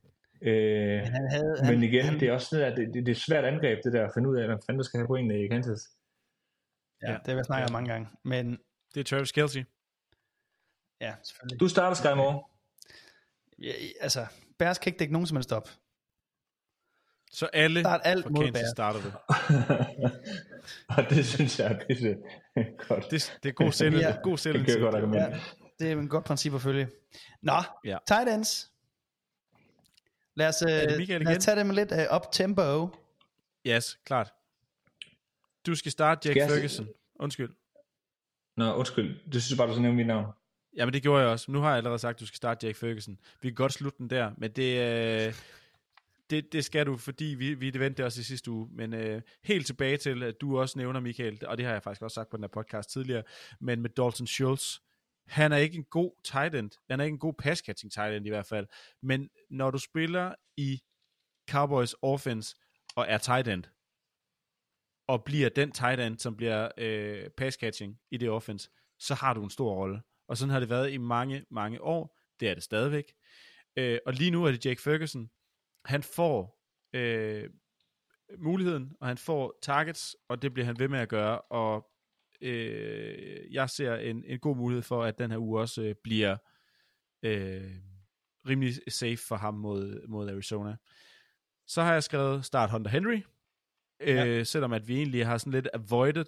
Men igen, det er også sådan, at det er et svært angreb, det der at finde ud af, hvad fanden der skal have point i Kansas. Ja, det har vi snakket om mange gange. Men det er Travis Kelce. Ja, selvfølgelig. Du starter Sky Moore. Ja, altså, Bears kan ikke dække nogen som helst op. Så alle fra Kansas starter det. Og det synes jeg er pisse godt. Det er god selvindsigelse. Det er et godt princip at følge. Nå, tight ends. Lad os tage dem lidt up tempo. Yes, klart. Du skal starte Jake Ferguson. Undskyld. Nå, undskyld. Det synes jeg bare, du skal nævne mit navn. Ja, men det gjorde jeg også. Nu har jeg allerede sagt, at du skal starte Jake Ferguson. Vi kan godt slutte den der, men det skal du, fordi vi vendte også i sidste uge. Men helt tilbage til, at du også nævner, Michael, og det har jeg faktisk også sagt på den her podcast tidligere, men med Dalton Schultz. Han er ikke en god tight end. Han er ikke en god pass-catching tight end i hvert fald. Men når du spiller i Cowboys offense og er tight end, og bliver den tight end, som bliver pass-catching i det offense, så har du en stor rolle. Og sådan har det været i mange, mange år. Det er det stadigvæk. Og lige nu er det Jake Ferguson. Han får muligheden, og han får targets, og det bliver han ved med at gøre. Og jeg ser en god mulighed for, at den her uge også bliver rimelig safe for ham mod Arizona. Så har jeg skrevet start Hunter Henry, selvom at vi egentlig har sådan lidt avoided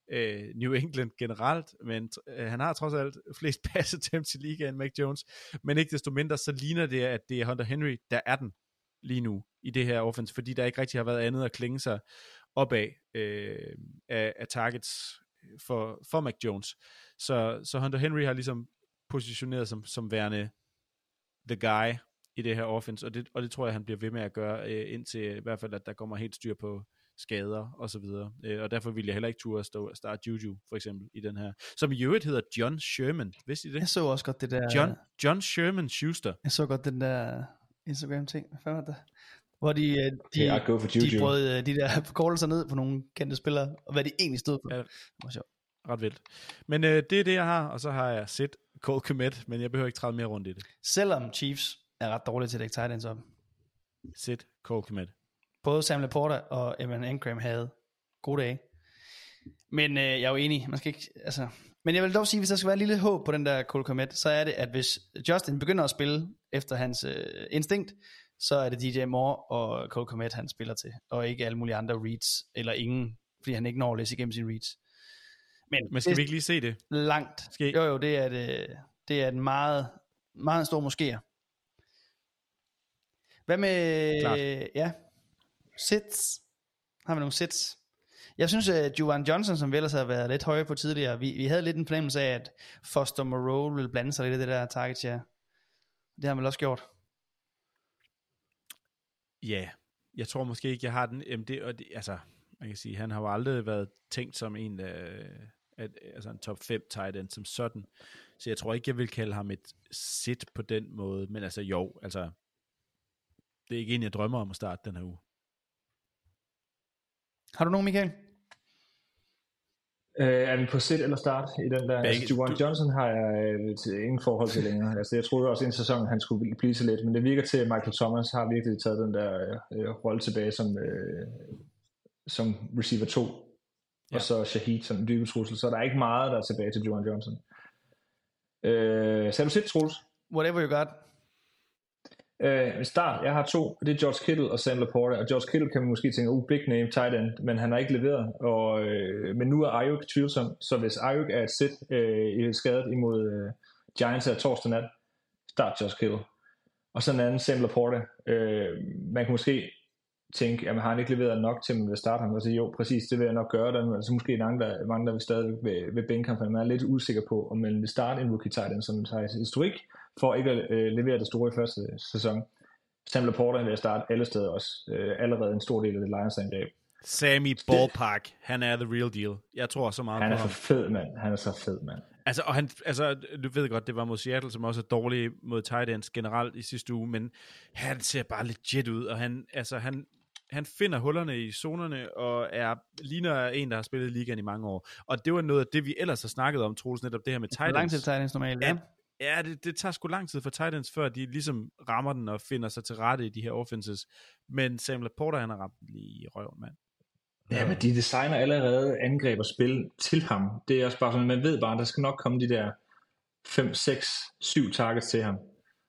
New England generelt, men han har trods alt flest pass attempts i ligaen, Mac Jones, men ikke desto mindre, så ligner det, at det er Hunter Henry, der er den lige nu i det her offense, fordi der ikke rigtig har været andet at klinge sig opad af targets for Mac Jones. Så Hunter Henry har ligesom positioneret som værende the guy i det her offense, og det tror jeg, han bliver ved med at gøre, indtil i hvert fald, at der kommer helt styr på skader og så videre. Og derfor vil jeg heller ikke turde starte Juju, for eksempel, i den her. Som i øvrigt hedder John Sherman. Vidste I det? Jeg så også godt det der... John Sherman Schuster. Jeg så godt den der Instagram-ting. Hvad fanden var det? Hvor de brød de der forkortelser ned på nogle kendte spillere, og hvad de egentlig stod for. Ja, det var sjovt. Ret vildt. Men det er det, jeg har, og så har jeg set Cole Kmet, men jeg behøver ikke træde mere rundt i det. Selvom Chiefs er ret dårlige til at dække tight ends op. Set Cole Kmet. Både Sam Laporta og Evan Engram havde gode dage. Men jeg er jo enig, man skal ikke, altså... Men jeg vil dog sige, hvis der skal være en lille håb på den der Cole Kmet, så er det, at hvis Justin begynder at spille efter hans instinkt, så er det DJ Moore og Cole Kmet, han spiller til, og ikke alle mulige andre reads, eller ingen, fordi han ikke når at læse igennem sine reads. Men skal vi ikke lige se det? Langt. Jo, det er en meget, meget stor moskéer. Hvad med... Klart. Ja, sits. Har vi nogle sits? Jeg synes, at Juwan Johnson, som vi ellers har været lidt høje på tidligere, vi havde lidt en fornemmelse af, at Foster Moreau ville blande sig lidt i det der target share. Det har han vel også gjort. Ja, jeg tror måske ikke, jeg har den. Altså, man kan sige, han har jo aldrig været tænkt som en altså en top 5 tight end som sådan. Så jeg tror ikke, jeg vil kalde ham et sit på den måde. Men altså jo, altså det er ikke en, jeg drømmer om at starte den her uge. Har du nogen, Michael? Er vi på sit eller start i den der? Altså, Juwan Johnson har jeg ingen forhold til længere. Altså, jeg troede også, en sæson han skulle blive så lidt, men det virker til, at Michael Thomas har virkelig taget den der rolle tilbage som receiver 2, ja. Og så Shahid som en dybe trussel. Så der er ikke meget, der er tilbage til Juwan Johnson. Sagde du sit, Troels? Whatever you got. Start, jeg har 2, det er George Kittle og Sam Laporta, og George Kittle kan man måske tænke, big name tight end, men han har ikke leveret, men nu er Ayuk tvivlsom, så hvis Ayuk er et sit i skadet imod Giants her torsdag nat, start George Kittle. Og så en anden, Sam Laporta, man kan måske tænke, at har han ikke leveret nok til, at man vil starte ham, og sige, jo, præcis, det vil jeg nok gøre, der er altså måske mange, der vil stadig ved bænke ham, for man er lidt usikker på, om man vil starte en rookie tight end, som har historik, for ikke at levere det store i første sæson. Sam Laporta vil starte alle steder også. Allerede en stor del af det Lions-angreb. Sammy Ballpark, han er the real deal. Jeg tror så meget på ham. Han er så fed, mand. Han er så fed, mand. Altså, du ved godt, det var mod Seattle, som også er dårlig mod tight ends generelt i sidste uge, men han ser bare legit ud, og han finder hullerne i zonerne, og ligner en, der har spillet i ligaen i mange år. Og det var noget af det, vi ellers har snakket om, Troels, netop det her med tight ends. Hvor lang tid tight ends normalt, ja. Ja, det tager sgu lang tid for tight ends, før de ligesom rammer den og finder sig til rette i de her offenses. Men Sam Laporta, han har ramt lige i røven, mand. Ja, men de designer allerede angreb og spil til ham. Det er også bare sådan, man ved bare, der skal nok komme de der 5, 6, 7 targets til ham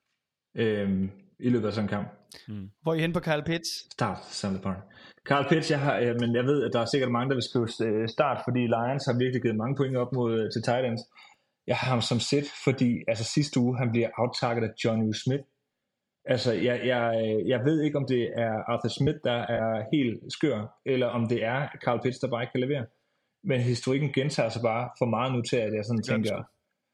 i løbet af sådan en kamp. Hvor er I hen på Kyle Pitts? Start, Sam Laporta. Kyle Pitts, men jeg ved, at der er sikkert mange, der vil skrive start, fordi Lions har virkelig givet mange point op til tight ends. Jeg har ham som sit, fordi altså sidste uge, han bliver outtarget af John U. Smith. Altså, jeg ved ikke, om det er Arthur Smith, der er helt skør, eller om det er Kyle Pitts, der bare ikke kan levere. Men historikken gentager sig bare for meget nu til, at jeg sådan tænker...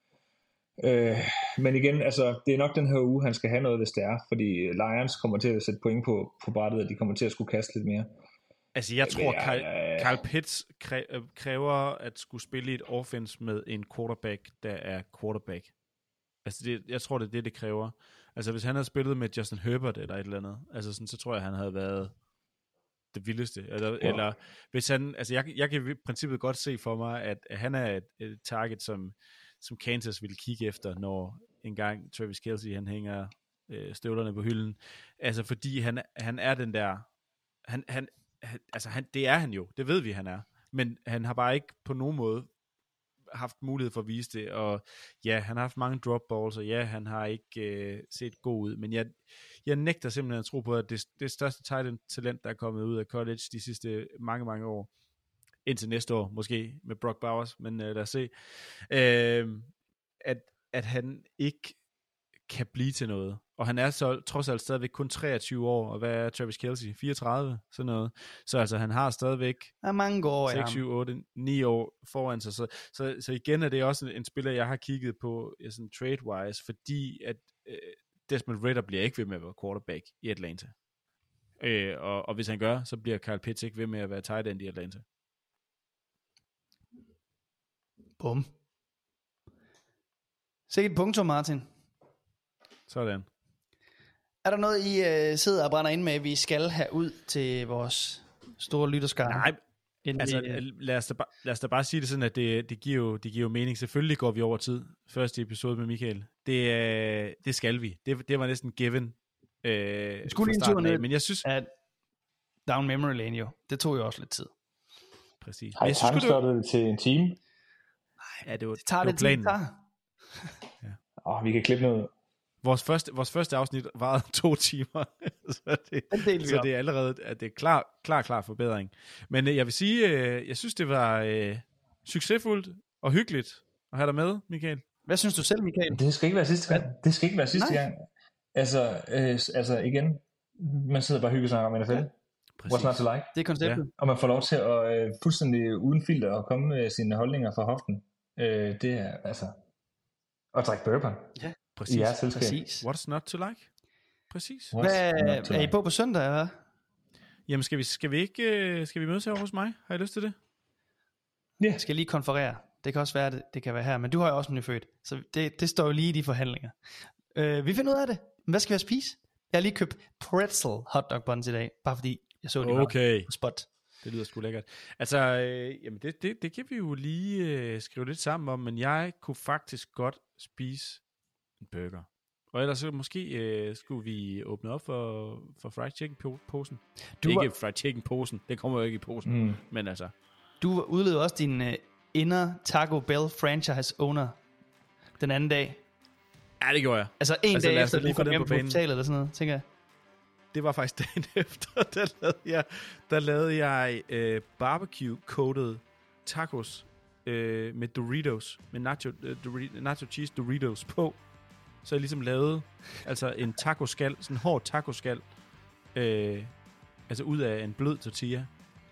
men igen, altså, det er nok den her uge, han skal have noget, hvis det er, fordi Lions kommer til at sætte point på brættet, og de kommer til at skulle kaste lidt mere. Altså, jeg tror, Kyle Pitts kræver at skulle spille i et offense med en quarterback, der er quarterback. Altså, jeg tror, det er det kræver. Altså, hvis han havde spillet med Justin Herbert eller et eller andet, altså sådan, så tror jeg, han havde været det vildeste. Eller hvis han, altså, jeg kan i princippet godt se for mig, at han er et target, som Kansas ville kigge efter, når engang Travis Kelce, han hænger støvlerne på hylden. Altså, fordi han er den der, det er han jo, det ved vi, han er, men han har bare ikke på nogen måde haft mulighed for at vise det, og ja, han har haft mange drop balls, og ja, han har ikke set god ud, men jeg nægter simpelthen at tro på, at det største tight end talent, der er kommet ud af college de sidste mange, mange år, indtil næste år, måske med Brock Bowers, men lad os se, at han ikke kan blive til noget. Og han er så trods alt stadigvæk kun 23 år, og hvad er Travis Kelce? 34? Sådan noget. Så altså, han har stadigvæk mange år 6, 7, 8, 9 år foran sig. Så igen er det også en spiller, jeg har kigget på sådan trade-wise, fordi at Desmond Ridder bliver ikke ved med at være quarterback i Atlanta. Og hvis han gør, så bliver Kyle Pitts ikke ved med at være tight end i Atlanta. Bum. Sikkert punktum, Martin. Sådan. Er der noget, I sidder og brænder ind med, vi skal have ud til vores store lytterskare? Nej, altså lad os da bare sige det sådan, at det giver jo mening. Selvfølgelig går vi over tid. Første episode med Michael. Det skal vi. Det var næsten given. Skulle lige en tur ned, men jeg synes... at down memory lane jo, det tog jo også lidt tid. Præcis. Har I timestartet det til en time? Nej, ja, det tager lidt tid. Vi kan klippe noget. Vores første afsnit varede 2 timer, så det er allerede at det er klar forbedring. Men jeg vil sige, jeg synes det var succesfuldt og hyggeligt at have dig med, Michael. Hvad synes du selv, Michael? Det skal ikke være sidste gang. Det skal ikke være sidste gang. Altså igen, man sidder bare og hygger sig om NFL. What's not to like? Det er konceptet. Ja. Og man får lov til at fuldstændig uden filter og komme med sine holdninger fra hoften. Det er altså at drikke bourbon. Ja. Præcis. I jeres selskab. Præcis. What's not to like? Præcis. Hvad er I på søndag, eller? Jamen, skal vi mødes her hos mig? Har I lyst til det? Ja. Jeg skal lige konferere. Det kan også være, det kan være her, men du har jo også en nyfødt, så det står jo lige i de forhandlinger. Vi finder ud af det. Hvad skal vi spise? Jeg har lige købt pretzel hotdog buns i dag, bare fordi jeg så det på spot. Det lyder sgu lækkert. Altså, jamen det kan vi jo lige skrive lidt sammen om, men jeg kunne faktisk godt spise en burger. Og ellers så måske skulle vi åbne op for fried chicken-posen. Ikke fried chicken-posen, det kommer jo ikke i posen, men altså. Du udlevede også din inner Taco Bell franchise owner den anden dag. Ja, det gjorde jeg. Altså dag efter, du kom hjem på hospitalet eller sådan noget, tænker jeg. Det var faktisk dagen efter, der lavede jeg barbecue-coated tacos med Doritos, med nacho cheese Doritos på. Så jeg ligesom lavede altså en tacoskal, sådan en hård tacoskal, altså ud af en blød tortilla,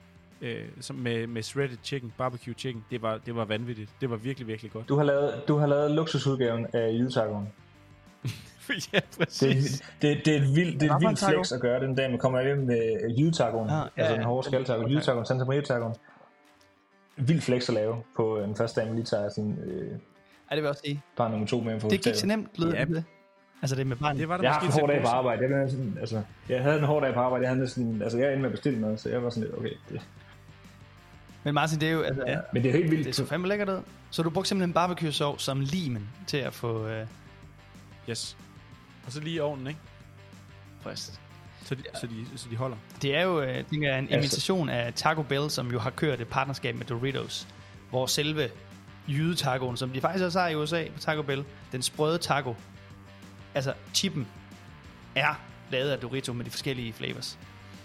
med shredded chicken, barbecue chicken. Det var vanvittigt. Det var virkelig, virkelig godt. Du har lavet luksusudgaven af jydetacoen. Ja, præcis. Det er et vildt flex at gøre den dag, man kommer hjem med jydetacoen, altså den hårde skaltaco, jydetacoen, Santa Maria tacoen. Vildt flex at lave på en første dag, man lige tager sin det vil jeg også sige. Bare nummer 2 med for det gik så nemt, lød det. Altså det med barnet. Det var jeg har haft en hård dag på arbejde. Jeg havde en hård dag på arbejde. Jeg endte med at bestille noget, så jeg var sådan lidt, okay. Det. Men Martin, det er jo... Altså, men det er helt vildt. Det er så fandme lækkert ud. Så du brugte simpelthen barbecue sauce som limen til at få... Yes. Og så lige i ovnen, ikke? Frist. Så de holder. Det er jo, tænker jeg, en imitation af Taco Bell, som jo har kørt et partnerskab med Doritos, hvor selve jydetacoen, som de faktisk også har i USA på Taco Bell, den sprøde taco, altså chippen, er lavet af Doritos med de forskellige flavors.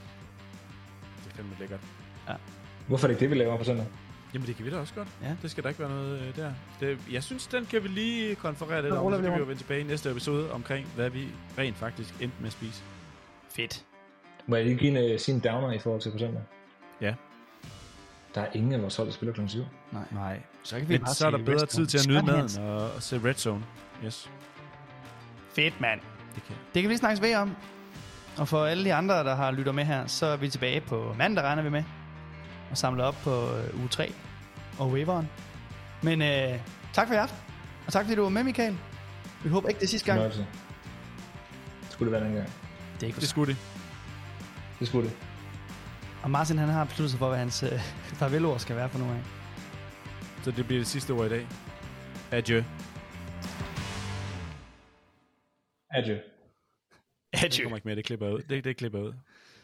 Det er fandme lækkert. Ja. Hvorfor er det ikke det, vi laver på søndag? Jamen det kan vi da også godt. Ja. Det skal der ikke være noget der. Jeg synes, den kan vi lige konferere lidt om, så kan vi jo vende tilbage i næste episode omkring, hvad vi rent faktisk endte med at spise. Fedt. Må jeg lige give en downer i forhold til på søndag? Ja. Der er ingen af vores hold, der spiller kl. 7. Nej. Så kan vi men så er der bedre tid til at nyde maden og se Red Zone. Yes. Fedt, mand. Det kan vi lige snakkes ved om. Og for alle de andre, der har lyttet med her, så er vi tilbage på mandag, regner vi med. Og samler op på uge 3 og waiveren. Men tak for i aften. Og tak fordi du var med, Michael. Vi håber ikke det er sidste gang. Nøjelse. Skulle det være den gang? Det skulle det. Det skulle det. Og Martin, han har besluttet sig for, hvad hans farvelord skal være for nu af. Så det bliver det sidste ord i dag. Adieu. Adieu. Det kommer ikke mere, det klipper ud. Det klipper ud.